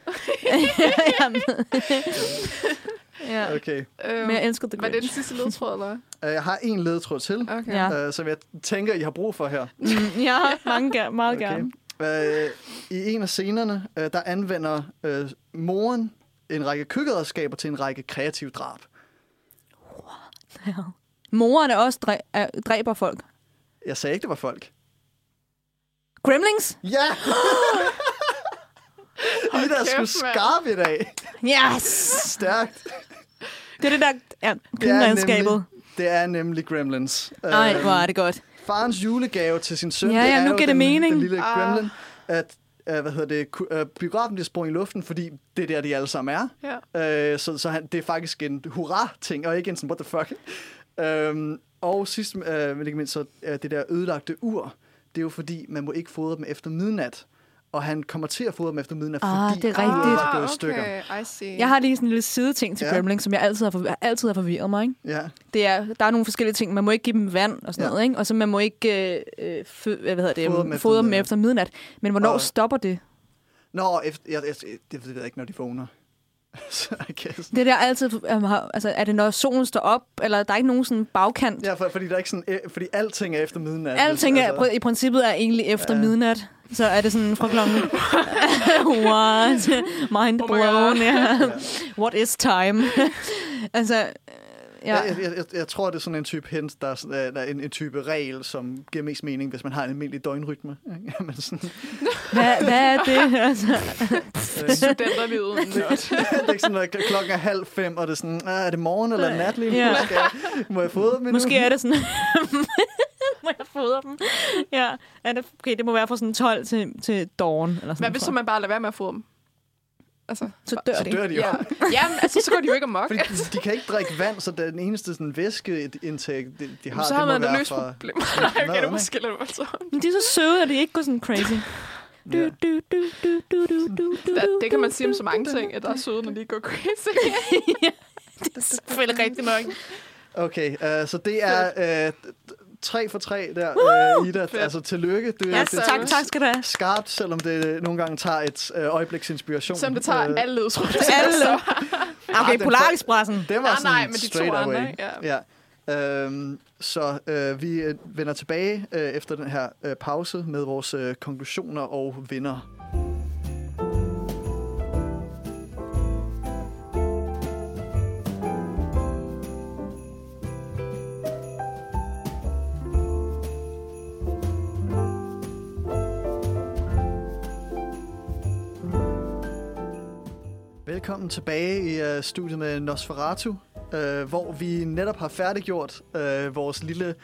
Speaker 3: Ja.
Speaker 2: Okay.
Speaker 3: Men jeg elsker The
Speaker 4: Var det den
Speaker 3: Grinch.
Speaker 4: sidste ledtråd, eller hvad?
Speaker 2: Jeg har en ledtråd til,
Speaker 4: Okay.
Speaker 3: Ja.
Speaker 2: som jeg tænker, I har brug for her.
Speaker 3: Ja, meget gerne.
Speaker 2: I en af scenerne, der anvender moren en række køkkenredskaber til en række kreative drab.
Speaker 3: Ja. Moren er også dræber folk.
Speaker 2: Jeg sagde ikke, det var folk.
Speaker 3: Gremlings?
Speaker 2: Ja! I der sgu
Speaker 4: mand.
Speaker 2: skarp i dag.
Speaker 3: Yes!
Speaker 2: Stærkt.
Speaker 3: Det er det der køkkenredskabet.
Speaker 2: Det er nemlig Gremlins.
Speaker 3: Nej, hvor er det godt.
Speaker 2: Farens julegave til sin søn,
Speaker 3: Ja,
Speaker 2: det er
Speaker 3: nu
Speaker 2: jo
Speaker 3: giver det mening.
Speaker 2: den lille Gremlin, at biografen bliver sprunget i luften, fordi det er der, de alle sammen er.
Speaker 4: Ja.
Speaker 2: Så det er faktisk en hurra-ting, og ikke en sådan, what the fuck. Og sidst, men ikke mindst, så det der ødelagte ur, det er jo fordi, man må ikke fodre dem efter midnat. Og han kommer til at fodre dem efter midnat, fordi
Speaker 3: det er rigtigt.
Speaker 2: er gået i stykker.
Speaker 4: I see.
Speaker 3: Jeg har lige sådan en lille sideting til Gremlins, som jeg altid har forvirret mig. Ikke?
Speaker 2: Ja.
Speaker 3: Der er nogle forskellige ting. Man må ikke give dem vand og sådan noget, ikke? Og så man må ikke fodre dem efter midnat. Men hvornår stopper det?
Speaker 2: Nå, jeg ved jeg ikke, når de vågner.
Speaker 3: Det er der altid, altså er det når solen står op, eller der er ikke nogen sådan bagkant?
Speaker 2: Ja, fordi der er ikke sådan, fordi alting er efter midnat.
Speaker 3: Alting i princippet er egentlig efter midnat. Så er det sådan fra klokken. What? Mind blown. What is time? Altså, ja.
Speaker 2: Jeg tror, det er sådan en type hint, der er en type regel, som giver mest mening, hvis man har en almindelig døgnrytme. Men sådan.
Speaker 3: Hvad er det? Altså?
Speaker 4: Studenterlivet.
Speaker 2: Det er ikke sådan, at klokken er 4:30, og det er sådan, er det morgen eller nat lige nu?
Speaker 3: Ja.
Speaker 2: Må jeg fodre dem nu?
Speaker 3: Måske er det sådan... må jeg fodre dem? Ja. Okay, det må være fra sådan 12 til dawn. Eller sådan.
Speaker 4: Hvad hvis så man bare lader være med at fodre dem? Altså,
Speaker 3: så dør de
Speaker 2: jo.
Speaker 4: Ja, altså, så går de jo ikke amok.
Speaker 2: Fordi de kan ikke drikke vand, så den eneste sådan, væskeindtag, de har,
Speaker 4: så
Speaker 2: det
Speaker 4: har
Speaker 2: må
Speaker 4: man
Speaker 2: være
Speaker 4: løst
Speaker 2: fra...
Speaker 4: problemer. Nej, okay, det måske lidt voldsomt.
Speaker 3: Men de er så søde, at de ikke går sådan crazy.
Speaker 4: Det kan man sige om så mange ting, at der er søde, når de ikke går crazy.
Speaker 3: Ja, det er selvfølgelig rigtigt nok.
Speaker 2: Okay, så det er 3 for 3 der, Ida. Altså, tillykke.
Speaker 3: Tak skal du have.
Speaker 2: Skarpt, selvom det nogle gange tager et øjebliks inspiration.
Speaker 4: Som det tager alle livsrunder.
Speaker 3: Okay, Polarekspressen.
Speaker 2: Det var sådan
Speaker 4: men de
Speaker 2: straight
Speaker 4: to
Speaker 2: away.
Speaker 4: Andre,
Speaker 2: ja. Så vi vender tilbage efter den her pause med vores konklusioner og vinder. Velkommen tilbage i studiet med Nosferatu, hvor vi netop har færdiggjort vores lille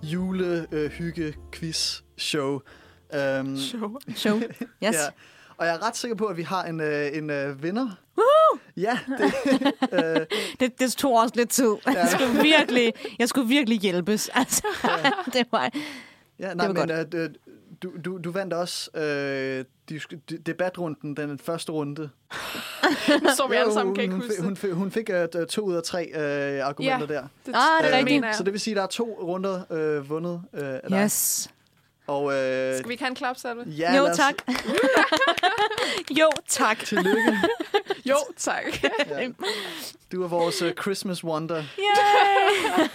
Speaker 2: julehygge-quiz-show.
Speaker 3: Show, yes.
Speaker 2: Ja. Og jeg er ret sikker på, at vi har en vinder.
Speaker 3: Woohoo!
Speaker 2: Ja,
Speaker 3: det tog også lidt tid. Ja. Jeg skulle virkelig hjælpes. Altså, det var...
Speaker 2: Ja, nej, men du vandt også debatrunden, den første runde.
Speaker 4: Så vi alle sammen kan ikke huske
Speaker 2: hun fik 2 ud af 3 argumenter der.
Speaker 3: Det er rigtigt.
Speaker 2: Så det vil sige, at der er 2 runder vundet af dig.
Speaker 3: Yes.
Speaker 2: Og,
Speaker 4: skal vi ikke have en klap, Salve?
Speaker 2: Ja,
Speaker 3: jo, tak. Jo, tak.
Speaker 2: Tillykke.
Speaker 4: Jo, tak.
Speaker 2: Ja. Du er vores Christmas wonder.
Speaker 3: Yay!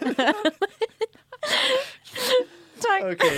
Speaker 3: Tak.
Speaker 2: Okay.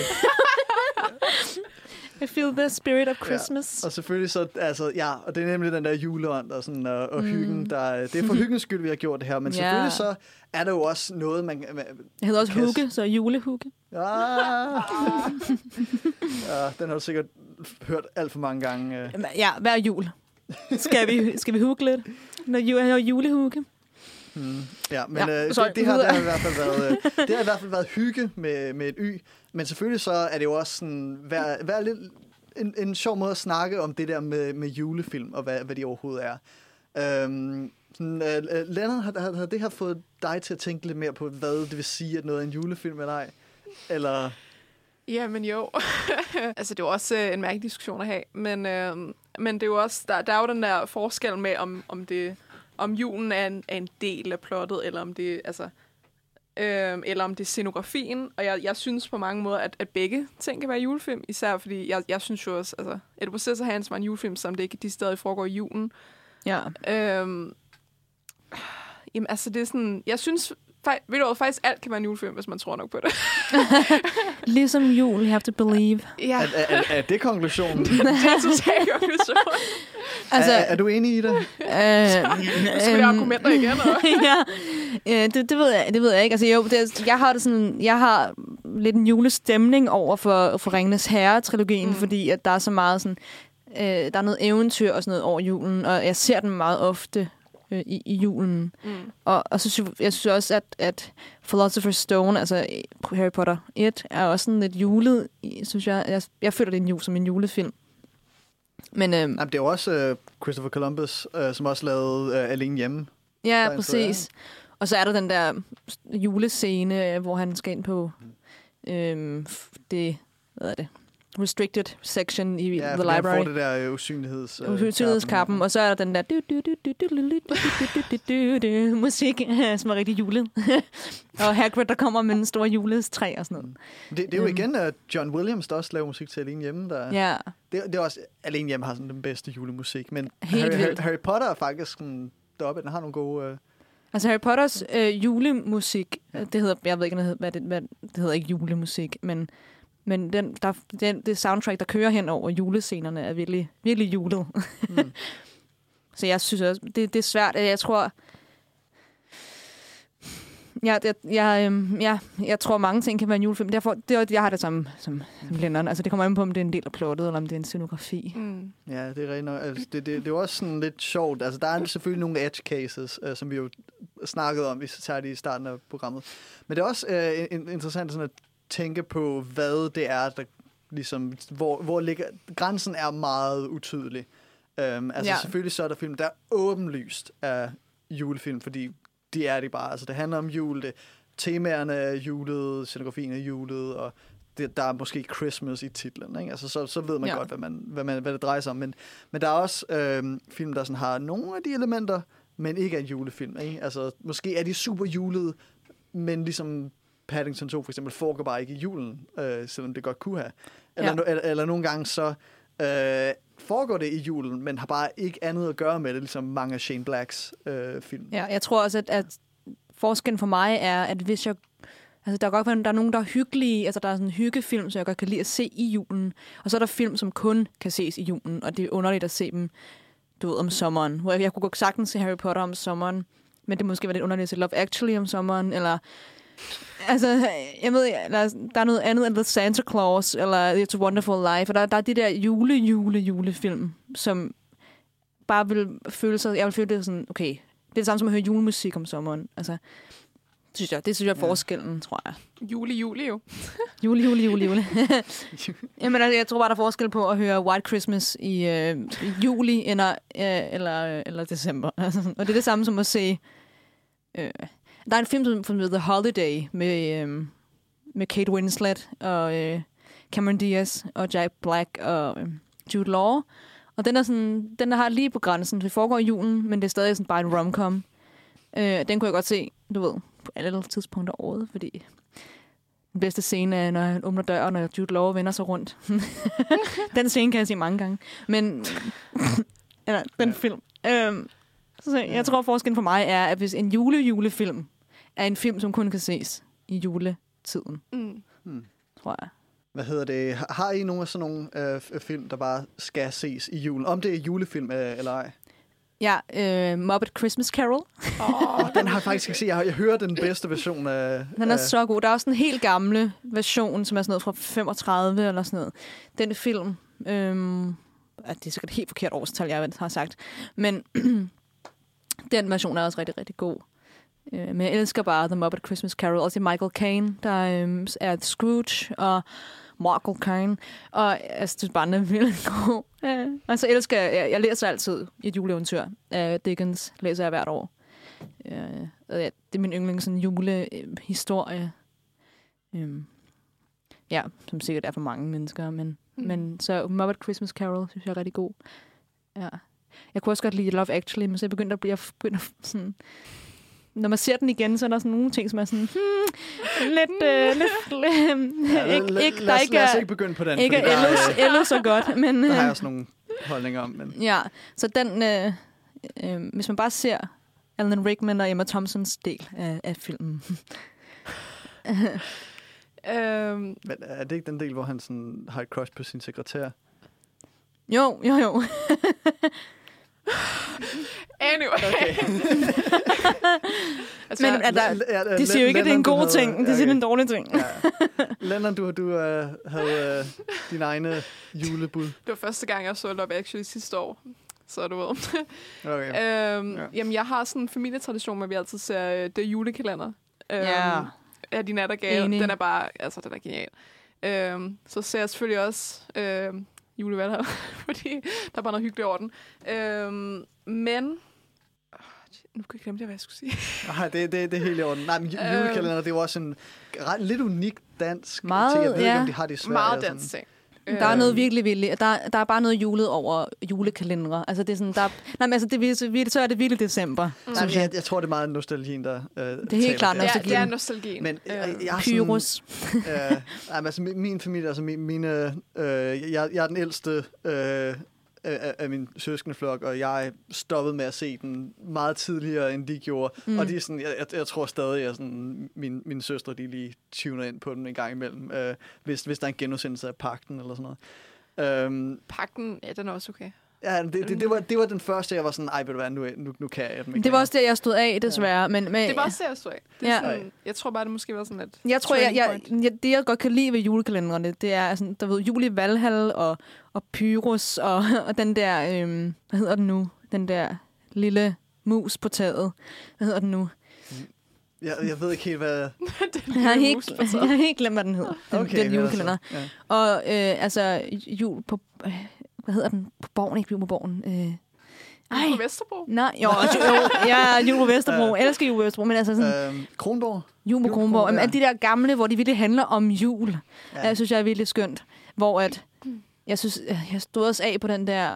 Speaker 3: I feel the spirit of Christmas.
Speaker 2: Ja. Og selvfølgelig så, altså, og det er nemlig den der juleånd og, sådan, og hyggen, det er for hyggens skyld, vi har gjort det her, men selvfølgelig så er der jo også noget, man...
Speaker 3: Jeg hedder også Hugge, så julehugge.
Speaker 2: Ja, den har du sikkert hørt alt for mange gange.
Speaker 3: Ja, hver jul. Skal vi hugge lidt? Når julehugge.
Speaker 2: Ja, men det har i hvert fald været hygge med et y, men selvfølgelig så er det jo også sådan være lidt en sjov måde at snakke om det der med julefilm og hvad de overhovedet er. Lennart, har det her fået dig til at tænke lidt mere på, hvad det vil sige, at noget er en julefilm eller ej? Eller...
Speaker 4: Jamen jo. Altså, det er jo også en mærkelig diskussion at have, men det er jo også, der er jo den der forskel med, om julen er en del af plottet, eller om det eller om det er scenografien. Og jeg synes på mange måder, at begge ting kan være julefilm, især fordi jeg synes jo også, altså, Edward Scissorhands var en julefilm, som det ikke de stadig foregår i julen.
Speaker 3: Ja.
Speaker 4: Jamen, altså, det er sådan, jeg synes faktisk alt kan være en julefilm, hvis man tror nok på det.
Speaker 3: Ligesom jul, you have to believe.
Speaker 4: Ja.
Speaker 2: Er det konklusionen?
Speaker 4: Det er totalt konklusion.
Speaker 2: Altså, er du enig i det?
Speaker 4: Skal vi argumenter igen?
Speaker 3: Ja, det ved jeg ikke. Altså, jo, jeg har lidt en julestemning over for Ringenes Herre-trilogien, fordi at der er så meget sådan, der er noget eventyr og sådan noget over julen, og jeg ser den meget ofte i julen. Og så jeg synes også, at Philosopher's Stone, altså Harry Potter 1, er også sådan lidt julet, synes jeg. Jeg føler, det er en jul som en julefilm. Men,
Speaker 2: Jamen, det er jo også Christopher Columbus, som også lavede Alene Hjemme.
Speaker 3: Ja, præcis. Og så er der den der julescene, hvor han skal ind på restricted section i the library. Ja,
Speaker 2: han får det der
Speaker 3: usynlighedskappen, og så er der den der musik, som er rigtig julet. Og Hagrid, der kommer med en stor juletræ og sådan noget.
Speaker 2: Det er jo igen John Williams, der også laver musik til Alene Hjemme.
Speaker 3: Ja.
Speaker 2: Det er også, Alene Hjemme har sådan den bedste julemusik, men Harry Potter er faktisk deroppe, den har nogle gode...
Speaker 3: Altså Harry Potters julemusik, det hedder, jeg ved ikke, hvad det hedder ikke julemusik, men det soundtrack, der kører hen over julescenerne, er virkelig, virkelig julet. Så jeg synes også, det er svært. Jeg tror... Jeg tror, mange ting kan være en julefilm. Derfor, jeg har det som Lennon. Altså, det kommer an på, om det er en del af plottet, eller om det er en scenografi.
Speaker 2: Ja, det er rigtigt nok. Altså, det er jo også sådan lidt sjovt. Altså, der er selvfølgelig nogle edge cases, som vi jo snakkede om, hvis vi tager det i starten af programmet. Men det er også interessant sådan at tænke på, hvad det er, der ligesom... Hvor ligger... Grænsen er meget utydelig. Selvfølgelig så er der film, der er åbenlyst af julefilm, fordi de er det bare. Altså, det handler om jul, temaerne er julet, scenografien er julet, og der er måske Christmas i titlen, ikke? Altså, så ved man godt, hvad det drejer sig om. Men der er også film, der sådan har nogle af de elementer, men ikke er en julefilm, ikke? Altså, måske er de super julede, men ligesom Paddington 2 for eksempel foregår bare ikke i julen, selvom det godt kunne have. Eller nogle gange så foregår det i julen, men har bare ikke andet at gøre med det, ligesom mange af Shane Blacks film. Ja,
Speaker 3: jeg tror også, at forskellen for mig er, at hvis jeg... Altså, der er nogen, der er hyggelige. Altså, der er sådan en hyggefilm, så jeg godt kan lide at se i julen. Og så er der film, som kun kan ses i julen, og det er underligt at se dem, du ved, om sommeren. Hvor jeg kunne godt sagtens se Harry Potter om sommeren, men det måske var lidt underligt at se Love Actually om sommeren, eller... Altså, jeg ved, der er noget andet end The Santa Claus, eller It's a Wonderful Life, og der er de der julefilm, som bare vil føle sig... Jeg vil føle det sådan, okay, det er det samme som at høre julemusik om sommeren. Altså, det synes jeg er forskellen, tror jeg.
Speaker 4: Jule jo.
Speaker 3: Jule. Jamen, altså, jeg tror bare, der er forskel på at høre White Christmas i juli eller december. Altså, og det er det samme som at se... Der er en film som The Holiday med Kate Winslet og Cameron Diaz og Jack Black og Jude Law. Og den har lige på grænsen. Det foregår i julen, men det er stadig sådan bare en rom-com. Den kunne jeg godt se, du ved, på alle tidspunkter af året, fordi den bedste scene er, når han åbner døren, og Jude Law vender sig rundt. Den scene kan jeg se mange gange. Men den film. Så jeg tror, forskellen for mig er, at hvis en julefilm er en film, som kun kan ses i juletiden, tror jeg.
Speaker 2: Hvad hedder det? Har I nogle af sådan nogle film, der bare skal ses i julen? Om det er julefilm eller ej?
Speaker 3: Ja, Muppet Christmas Carol.
Speaker 2: Den har jeg faktisk ikke set. Jeg hører den bedste version af...
Speaker 3: Den er så god. Der er også en helt gamle version, som er sådan noget fra 35 eller sådan noget. Den film... det er sikkert helt forkert årstal, jeg har sagt. Men den version er også rigtig, rigtig god. Men jeg elsker bare The Muppet Christmas Carol. Også Michael Caine, der er Scrooge, og Michael Caine. Og altså, det er bare en vildt god. Og så elsker jeg læser altid et juleeventyr af Dickens. Læser jeg hvert år. Det er min yndlings sådan julehistorie. Som sikkert er for mange mennesker. Men så Muppet Christmas Carol synes jeg er rigtig god. Ja. Jeg kunne også godt lide Love Actually, men så jeg begyndte sådan... Når man ser den igen, så er der sådan nogle ting, som er sådan...
Speaker 2: Lad os ikke begynde på den.
Speaker 3: Ikke ældet så godt, men...
Speaker 2: Der har jeg også nogle holdninger om, men...
Speaker 3: Ja, så den... hvis man bare ser Alan Rickman og Emma Thompsons del af filmen...
Speaker 2: Men er det ikke den del, hvor han sådan har et crush på sin sekretær?
Speaker 3: Jo.
Speaker 4: Anyway.
Speaker 3: Okay. Men de siger jo ikke, at det er en god ting. De siger, det er en dårlig ting.
Speaker 2: Ja. Lennon, du havde dine egne julebud.
Speaker 4: Det var første gang, jeg så Love Actually sidste år. så du ved.
Speaker 2: Okay.
Speaker 4: Jamen, jeg har sådan en familietradition, med at vi altid ser det julekalender. Ja, de nattergave. Den er bare, altså, den er genial. Så ser jeg selvfølgelig også julevalg, fordi der er bare noget hyggeligt over den. Men nu kan jeg glemme det, hvad jeg skulle sige.
Speaker 2: Nej, det er helt i orden. Nej, men julekalender, det er jo også en lidt unik dansk
Speaker 3: meget,
Speaker 2: ting. Jeg ved ikke, om de har det i Sverige.
Speaker 4: Meget dansk ting.
Speaker 3: Der er noget virkelig vildt. Der er bare noget julet over julekalendere. Altså, det er sådan, så er det virkelig december.
Speaker 2: Jeg tror, det er meget nostalgien, der
Speaker 3: det er helt klart nostalgien.
Speaker 4: Det er nostalgien.
Speaker 2: Men
Speaker 3: Pyrus.
Speaker 2: Altså, min familie, altså jeg er den ældste af min søskendeflok, og jeg stoppede med at se den meget tidligere, end de gjorde. Og de er sådan, jeg tror stadig, at mine søstre, de lige tuner ind på den en gang imellem, hvis der er en genudsendelse af Pagten eller sådan noget.
Speaker 4: Pagten, ja, den er også okay.
Speaker 2: Ja, det var den første, jeg var sådan, ved du hvad, nu kan jeg dem ikke.
Speaker 3: Det var også der, jeg stod af, desværre. Ja. Men
Speaker 4: det var også der, jeg stod af. Det er sådan, jeg tror bare, det måske var sådan et
Speaker 3: jeg tror, det jeg godt kan lide ved julekalenderne, det er sådan, der ved, jul i Valhall og Pyrus og den der, hvad hedder den nu? Den der lille mus på taget. Hvad hedder den nu?
Speaker 2: Jeg ved ikke helt, hvad...
Speaker 3: Jeg har helt glemt, hvad den hedder. Den julekalender. Altså, ja. Og altså, jul på... Hvad hedder den? På Borgen, ikke jul på Borgen.
Speaker 4: Jul på Vesterbro?
Speaker 3: Nej, jul på Vesterbro. Jeg elsker jul på Vesterbro, men altså sådan...
Speaker 2: Kronborg?
Speaker 3: Jul på Kronborg. Ja. De der gamle, hvor de virkelig handler om jul. Ja. Jeg synes, jeg er virkelig skønt. Hvor at... Jeg synes, jeg stod også af på den der...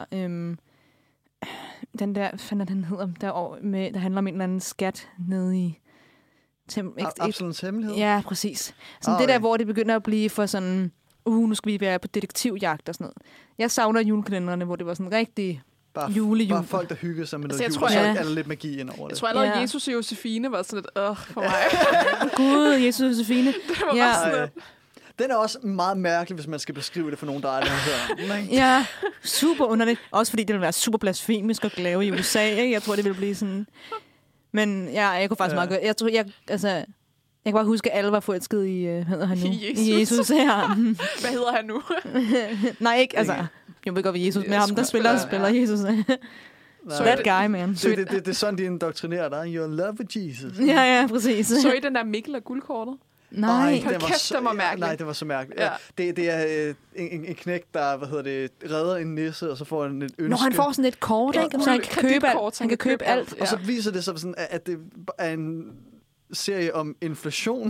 Speaker 3: den der... Hvad fanden den hedder? Der handler om en eller anden skat nede i...
Speaker 2: Absolut hemmelighed?
Speaker 3: Ja, præcis. Sådan det der, hvor det begynder at blive for sådan... nu skal vi være på detektivjagt og sådan noget. Jeg savner julekalenderne, hvor det var sådan rigtig julejul.
Speaker 2: Bare folk, der hyggede sig med noget jul, og så er der lidt magi ind over det.
Speaker 4: Jeg tror allerede, Jesus og Josefine var sådan lidt, for mig.
Speaker 3: Gud, Jesus og Josefine.
Speaker 4: Det var bare sådan lidt.
Speaker 2: Den er også meget mærkelig, hvis man skal beskrive det for nogen, der aldrig har hørt.
Speaker 3: Ja, super underligt. Også fordi det ville være super blasfemisk at lave i USA. Ikke? Jeg tror, det ville blive sådan... Men jeg kunne faktisk meget godt... Jeg tror, jeg kan bare huske, at alle var forelsket i, hvad hedder han nu?
Speaker 4: Jesus.
Speaker 3: Jesus her.
Speaker 4: Hvad hedder han nu?
Speaker 3: Nej, ikke, altså, jeg ved godt, hvad Jesus, men ham, der spiller Jesus. So that guy, man.
Speaker 2: Det er sådan, de indoktrinerer dig. You're in love with Jesus.
Speaker 3: Ja, præcis.
Speaker 4: Så i den der Mikkel og guldkortet?
Speaker 3: Nej,
Speaker 2: det var
Speaker 4: mærkeligt.
Speaker 2: Nej, det var så mærkeligt. Ja. Det er en knæk, der redder en nisse, og så får han et ønske.
Speaker 3: Når han får sådan et kort, ikke? Så han kan købe alt.
Speaker 2: Og så viser det sig sådan, at det er en serie om inflation.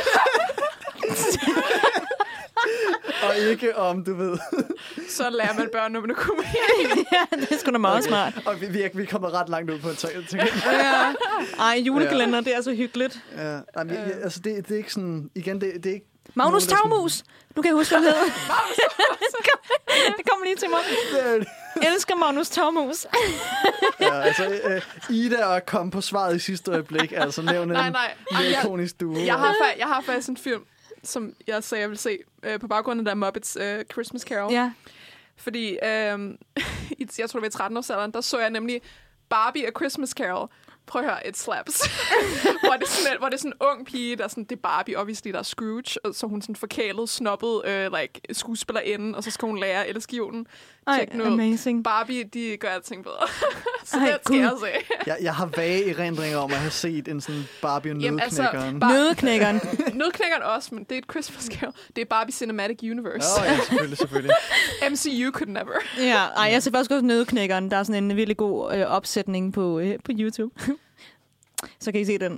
Speaker 2: Og ikke om, du ved...
Speaker 4: Så lærer man børn om økonomi.
Speaker 3: Ja, det er sgu da meget smart.
Speaker 2: Og vi kommer ret langt ud på en ting.
Speaker 3: Ja. Ej, julekalender, det er så hyggeligt.
Speaker 2: Ja. Altså, det er ikke sådan... Igen, det er ikke...
Speaker 3: Magnus Tagmus! Nu kan jeg huske, hvad det hedder. Det kommer lige til mig. Jeg elsker Magnus Tagmus.
Speaker 2: Ja, altså, Ida og kom på svaret i sidste øjeblik. Altså, nævne en ikonisk duo.
Speaker 4: Jeg har faktisk en film, som jeg sagde, jeg vil se på baggrund af der Muppets Christmas Carol.
Speaker 3: Ja.
Speaker 4: Fordi, jeg tror, det var i 13-årsalderen, der så jeg nemlig Barbie og Christmas Carol. Prøv at høre, it slaps. hvor det er sådan en ung pige, der sådan, det er Barbie, obviously, der er Scrooge, og så hun sådan forkælet, snobbet skuespillerinde, og så skal hun lære at elske julen.
Speaker 3: Amazing.
Speaker 4: Barbie, de gør alting bedre. Så det skal jeg se.
Speaker 2: Jeg har vage erindringer om at have set en sådan Barbie og Nødknækkeren.
Speaker 3: Nødknækkeren.
Speaker 4: Nødknækkeren også, men det er et Christmas Carol. Det er Barbie Cinematic Universe.
Speaker 2: Ja, selvfølgelig.
Speaker 4: MCU could never.
Speaker 3: Ja, jeg ser faktisk også Nødknækkeren. Der er sådan en virkelig god opsætning på YouTube. Så kan I se den.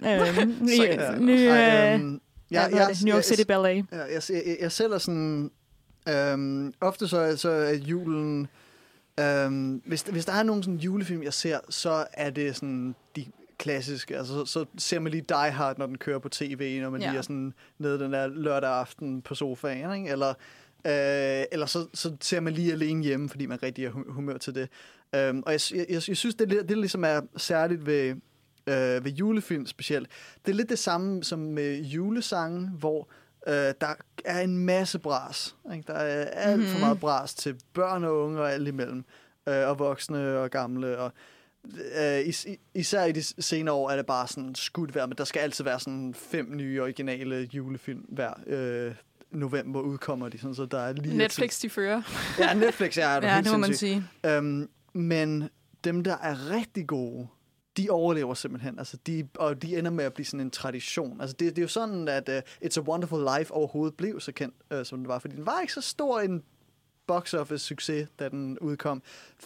Speaker 3: New York City Ballet.
Speaker 2: Jeg sælger sådan... ofte så er julen... hvis der er nogen sådan julefilm, jeg ser, så er det sådan de klassiske. Altså, så ser man lige Die Hard, når den kører på tv, når man lige er sådan nede den der lørdag aften på sofaen, ikke? Eller så ser man lige alene hjemme, fordi man rigtig er humør til det. Og jeg synes, det ligesom er særligt ved julefilm specielt. Det er lidt det samme som med julesange, hvor der er en masse bras. Ikke? Der er alt for meget bras til børn og unge og alt imellem. Og voksne og gamle. Og, især i de senere år er det bare sådan skudt vejr, men der skal altid være sådan 5 nye originale julefilm hver november udkommer de. Sådan, så der er lige
Speaker 4: Netflix, de fører.
Speaker 2: Ja, Netflix er det
Speaker 3: helt det må man sige.
Speaker 2: Men dem, der er rigtig gode, de overlever simpelthen. Altså, de ender med at blive sådan en tradition. Altså, det er jo sådan, at It's a Wonderful Life overhovedet blev så kendt, som den var. Fordi den var ikke så stor en box office succes, da den udkom.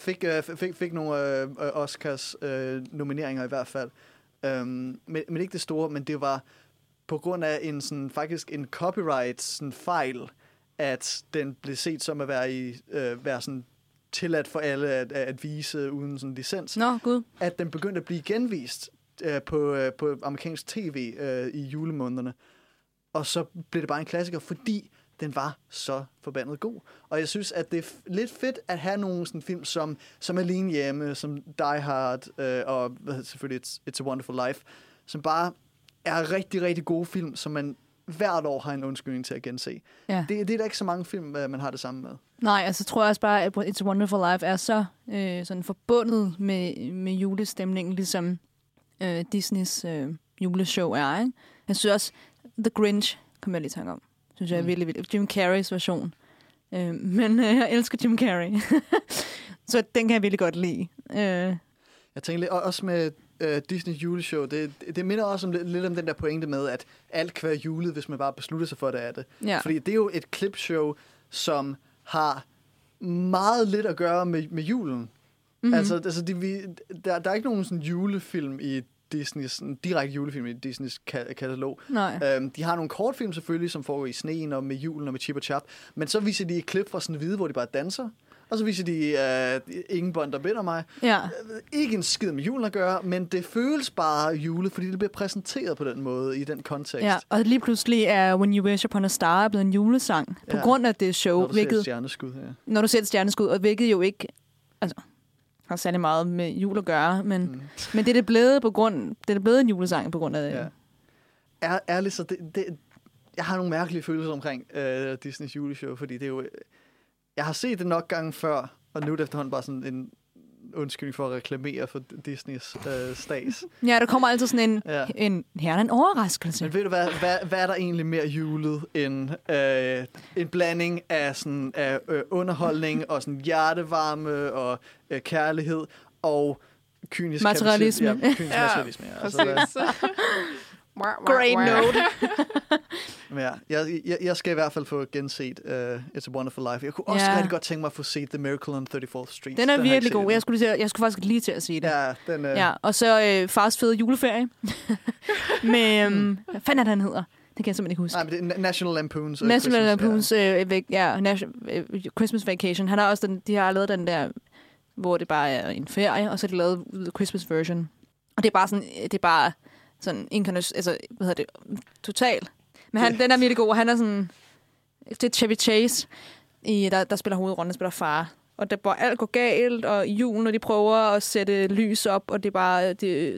Speaker 2: Fik nogle Oscars nomineringer i hvert fald. Men ikke det store, men det var på grund af faktisk en copyright fejl, at den blev set som at være sådan tilladt for alle at vise uden sådan licens.
Speaker 3: Gud.
Speaker 2: At den begyndte at blive genvist på amerikansk tv i julemånederne. Og så blev det bare en klassiker, fordi den var så forbandet god. Og jeg synes, at det er lidt fedt at have nogle sådan film som Alene Hjemme, som Die Hard og selvfølgelig It's a Wonderful Life, som bare er rigtig, rigtig gode film, som man hvert år har en undskyldning til at gense.
Speaker 3: Ja.
Speaker 2: Det er der ikke så mange film, man har det samme med.
Speaker 3: Nej, altså tror jeg også bare, at It's a Wonderful Life er så sådan forbundet med julestemningen, ligesom Disneys juleshow er, ikke? Jeg synes også, The Grinch kommer jeg lige tanke om. Synes jeg er virkelig vildt. Jim Carreys version. Men jeg elsker Jim Carrey. Så den kan jeg virkelig godt lide.
Speaker 2: Jeg tænker lidt, også med Disney juleshow, det minder også lidt om den der pointe med, at alt kan være julet, hvis man bare beslutter sig for, det er det.
Speaker 3: Ja.
Speaker 2: Fordi det er jo et clipshow, som har meget lidt at gøre med julen. Mm-hmm. Altså der er ikke nogen sådan julefilm i Disneys, direkte julefilm i Disneys katalog. De har nogle kortfilm selvfølgelig, som foregår i sneen og med julen og med Chip og Chap, men så viser de et klip fra Snehvide, hvor de bare danser, og så viser de Ingen bånd, der binder mig.
Speaker 3: Ja.
Speaker 2: Ikke en skid med julen at gøre, men det føles bare julet, fordi det bliver præsenteret på den måde, i den kontekst.
Speaker 3: Ja, og lige pludselig er When You Wish Upon a Star blevet en julesang, på grund af det show.
Speaker 2: Når du ser et stjerneskud,
Speaker 3: Når du ser et stjerneskud, og hvilket jo ikke har særlig meget med jul at gøre, men det er blevet en julesang på grund af det.
Speaker 2: Ja. Ærligt, så jeg har nogle mærkelige følelser omkring Disneys juleshow, fordi det er jo... Jeg har set det nok gange før, og nu er det efterhånden bare sådan en undskyldning for at reklamere for Disneys stads.
Speaker 3: Ja, der kommer altid sådan en overraskelse.
Speaker 2: Men ved du hvad er der egentlig mere julet end en blanding af sådan underholdning og sådan hjertevarme og kærlighed og kynisk
Speaker 3: materialisme.
Speaker 2: Materialisme. Ja,
Speaker 4: præcis.
Speaker 3: Great note.
Speaker 2: Jeg skal i hvert fald få genset It's a Wonderful Life. Jeg kunne også rigtig godt tænke mig at få set The Miracle on 34th Street.
Speaker 3: Den er virkelig god. Jeg skulle faktisk lige til at sige det.
Speaker 2: Ja, den
Speaker 3: og så Fars fede juleferie. Med, hvad fanden er det, han hedder? Det kan jeg simpelthen ikke huske.
Speaker 2: Nej, men det er National Lampoon's.
Speaker 3: National Lampoon's Christmas Vacation. Han har også de har lavet den der, hvor det bare er en ferie, og så har de lavet The Christmas version. Og det er bare sådan total. Men den er virkelig god, og han er sådan... Det er Chevy Chase, der spiller hovedrollen, der spiller far. Og alt går galt, og i julen, når de prøver at sætte lys op, og det er bare...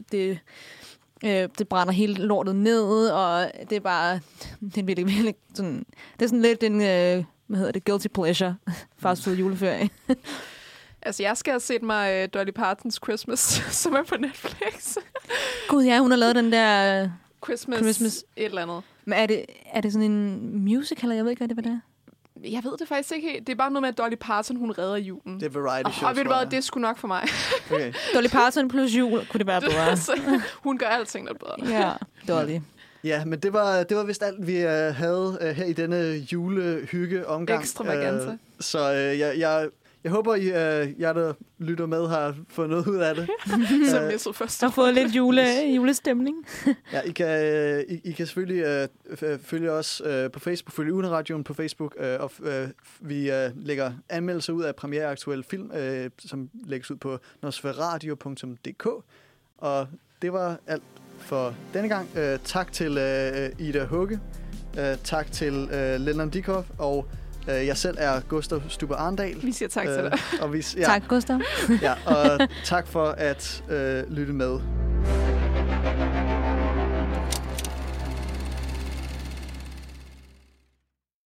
Speaker 3: Det brænder hele lortet ned, og det er bare... Det er virkelig, virkelig sådan... Det er sådan lidt en... guilty pleasure. Fast food juleferie.
Speaker 4: Altså, jeg skal have set mig Dolly Partons Christmas, som er på Netflix.
Speaker 3: Gud, ja, hun har lavet den der...
Speaker 4: Christmas et eller andet.
Speaker 3: Men er det sådan en musical, eller jeg ved ikke, hvad det er?
Speaker 4: Jeg ved det faktisk ikke helt. Det er bare noget med, at Dolly Parton, hun redder julen.
Speaker 2: Det er variety show.
Speaker 4: Og ved du hvad, det er sgu nok for mig.
Speaker 2: Okay.
Speaker 3: Dolly Parton plus jul, kunne det være bedre?
Speaker 4: Hun gør alting lidt bedre.
Speaker 3: Ja, Dolly.
Speaker 2: Ja, men det var vist alt, vi havde her i denne julehygge-omgang.
Speaker 4: Ekstravaganza.
Speaker 2: Så jeg håber, jer, der lytter med, har fået noget ud af det.
Speaker 4: Som misset først.
Speaker 3: Og fået lidt julestemning.
Speaker 2: Ja, I kan selvfølgelig følge os på Facebook, følge Uniradioen på Facebook, og vi lægger anmeldelser ud af premiereaktuelle film, som lægges ud på nosferadio.dk. Og det var alt for denne gang. Tak til Ida Hugge. Tak til Lennon Dikov, og jeg selv er Gustav Stubbe Arndal.
Speaker 4: Vi siger tak til dig.
Speaker 3: Tak, Gustav.
Speaker 2: Ja, og tak for at lytte med.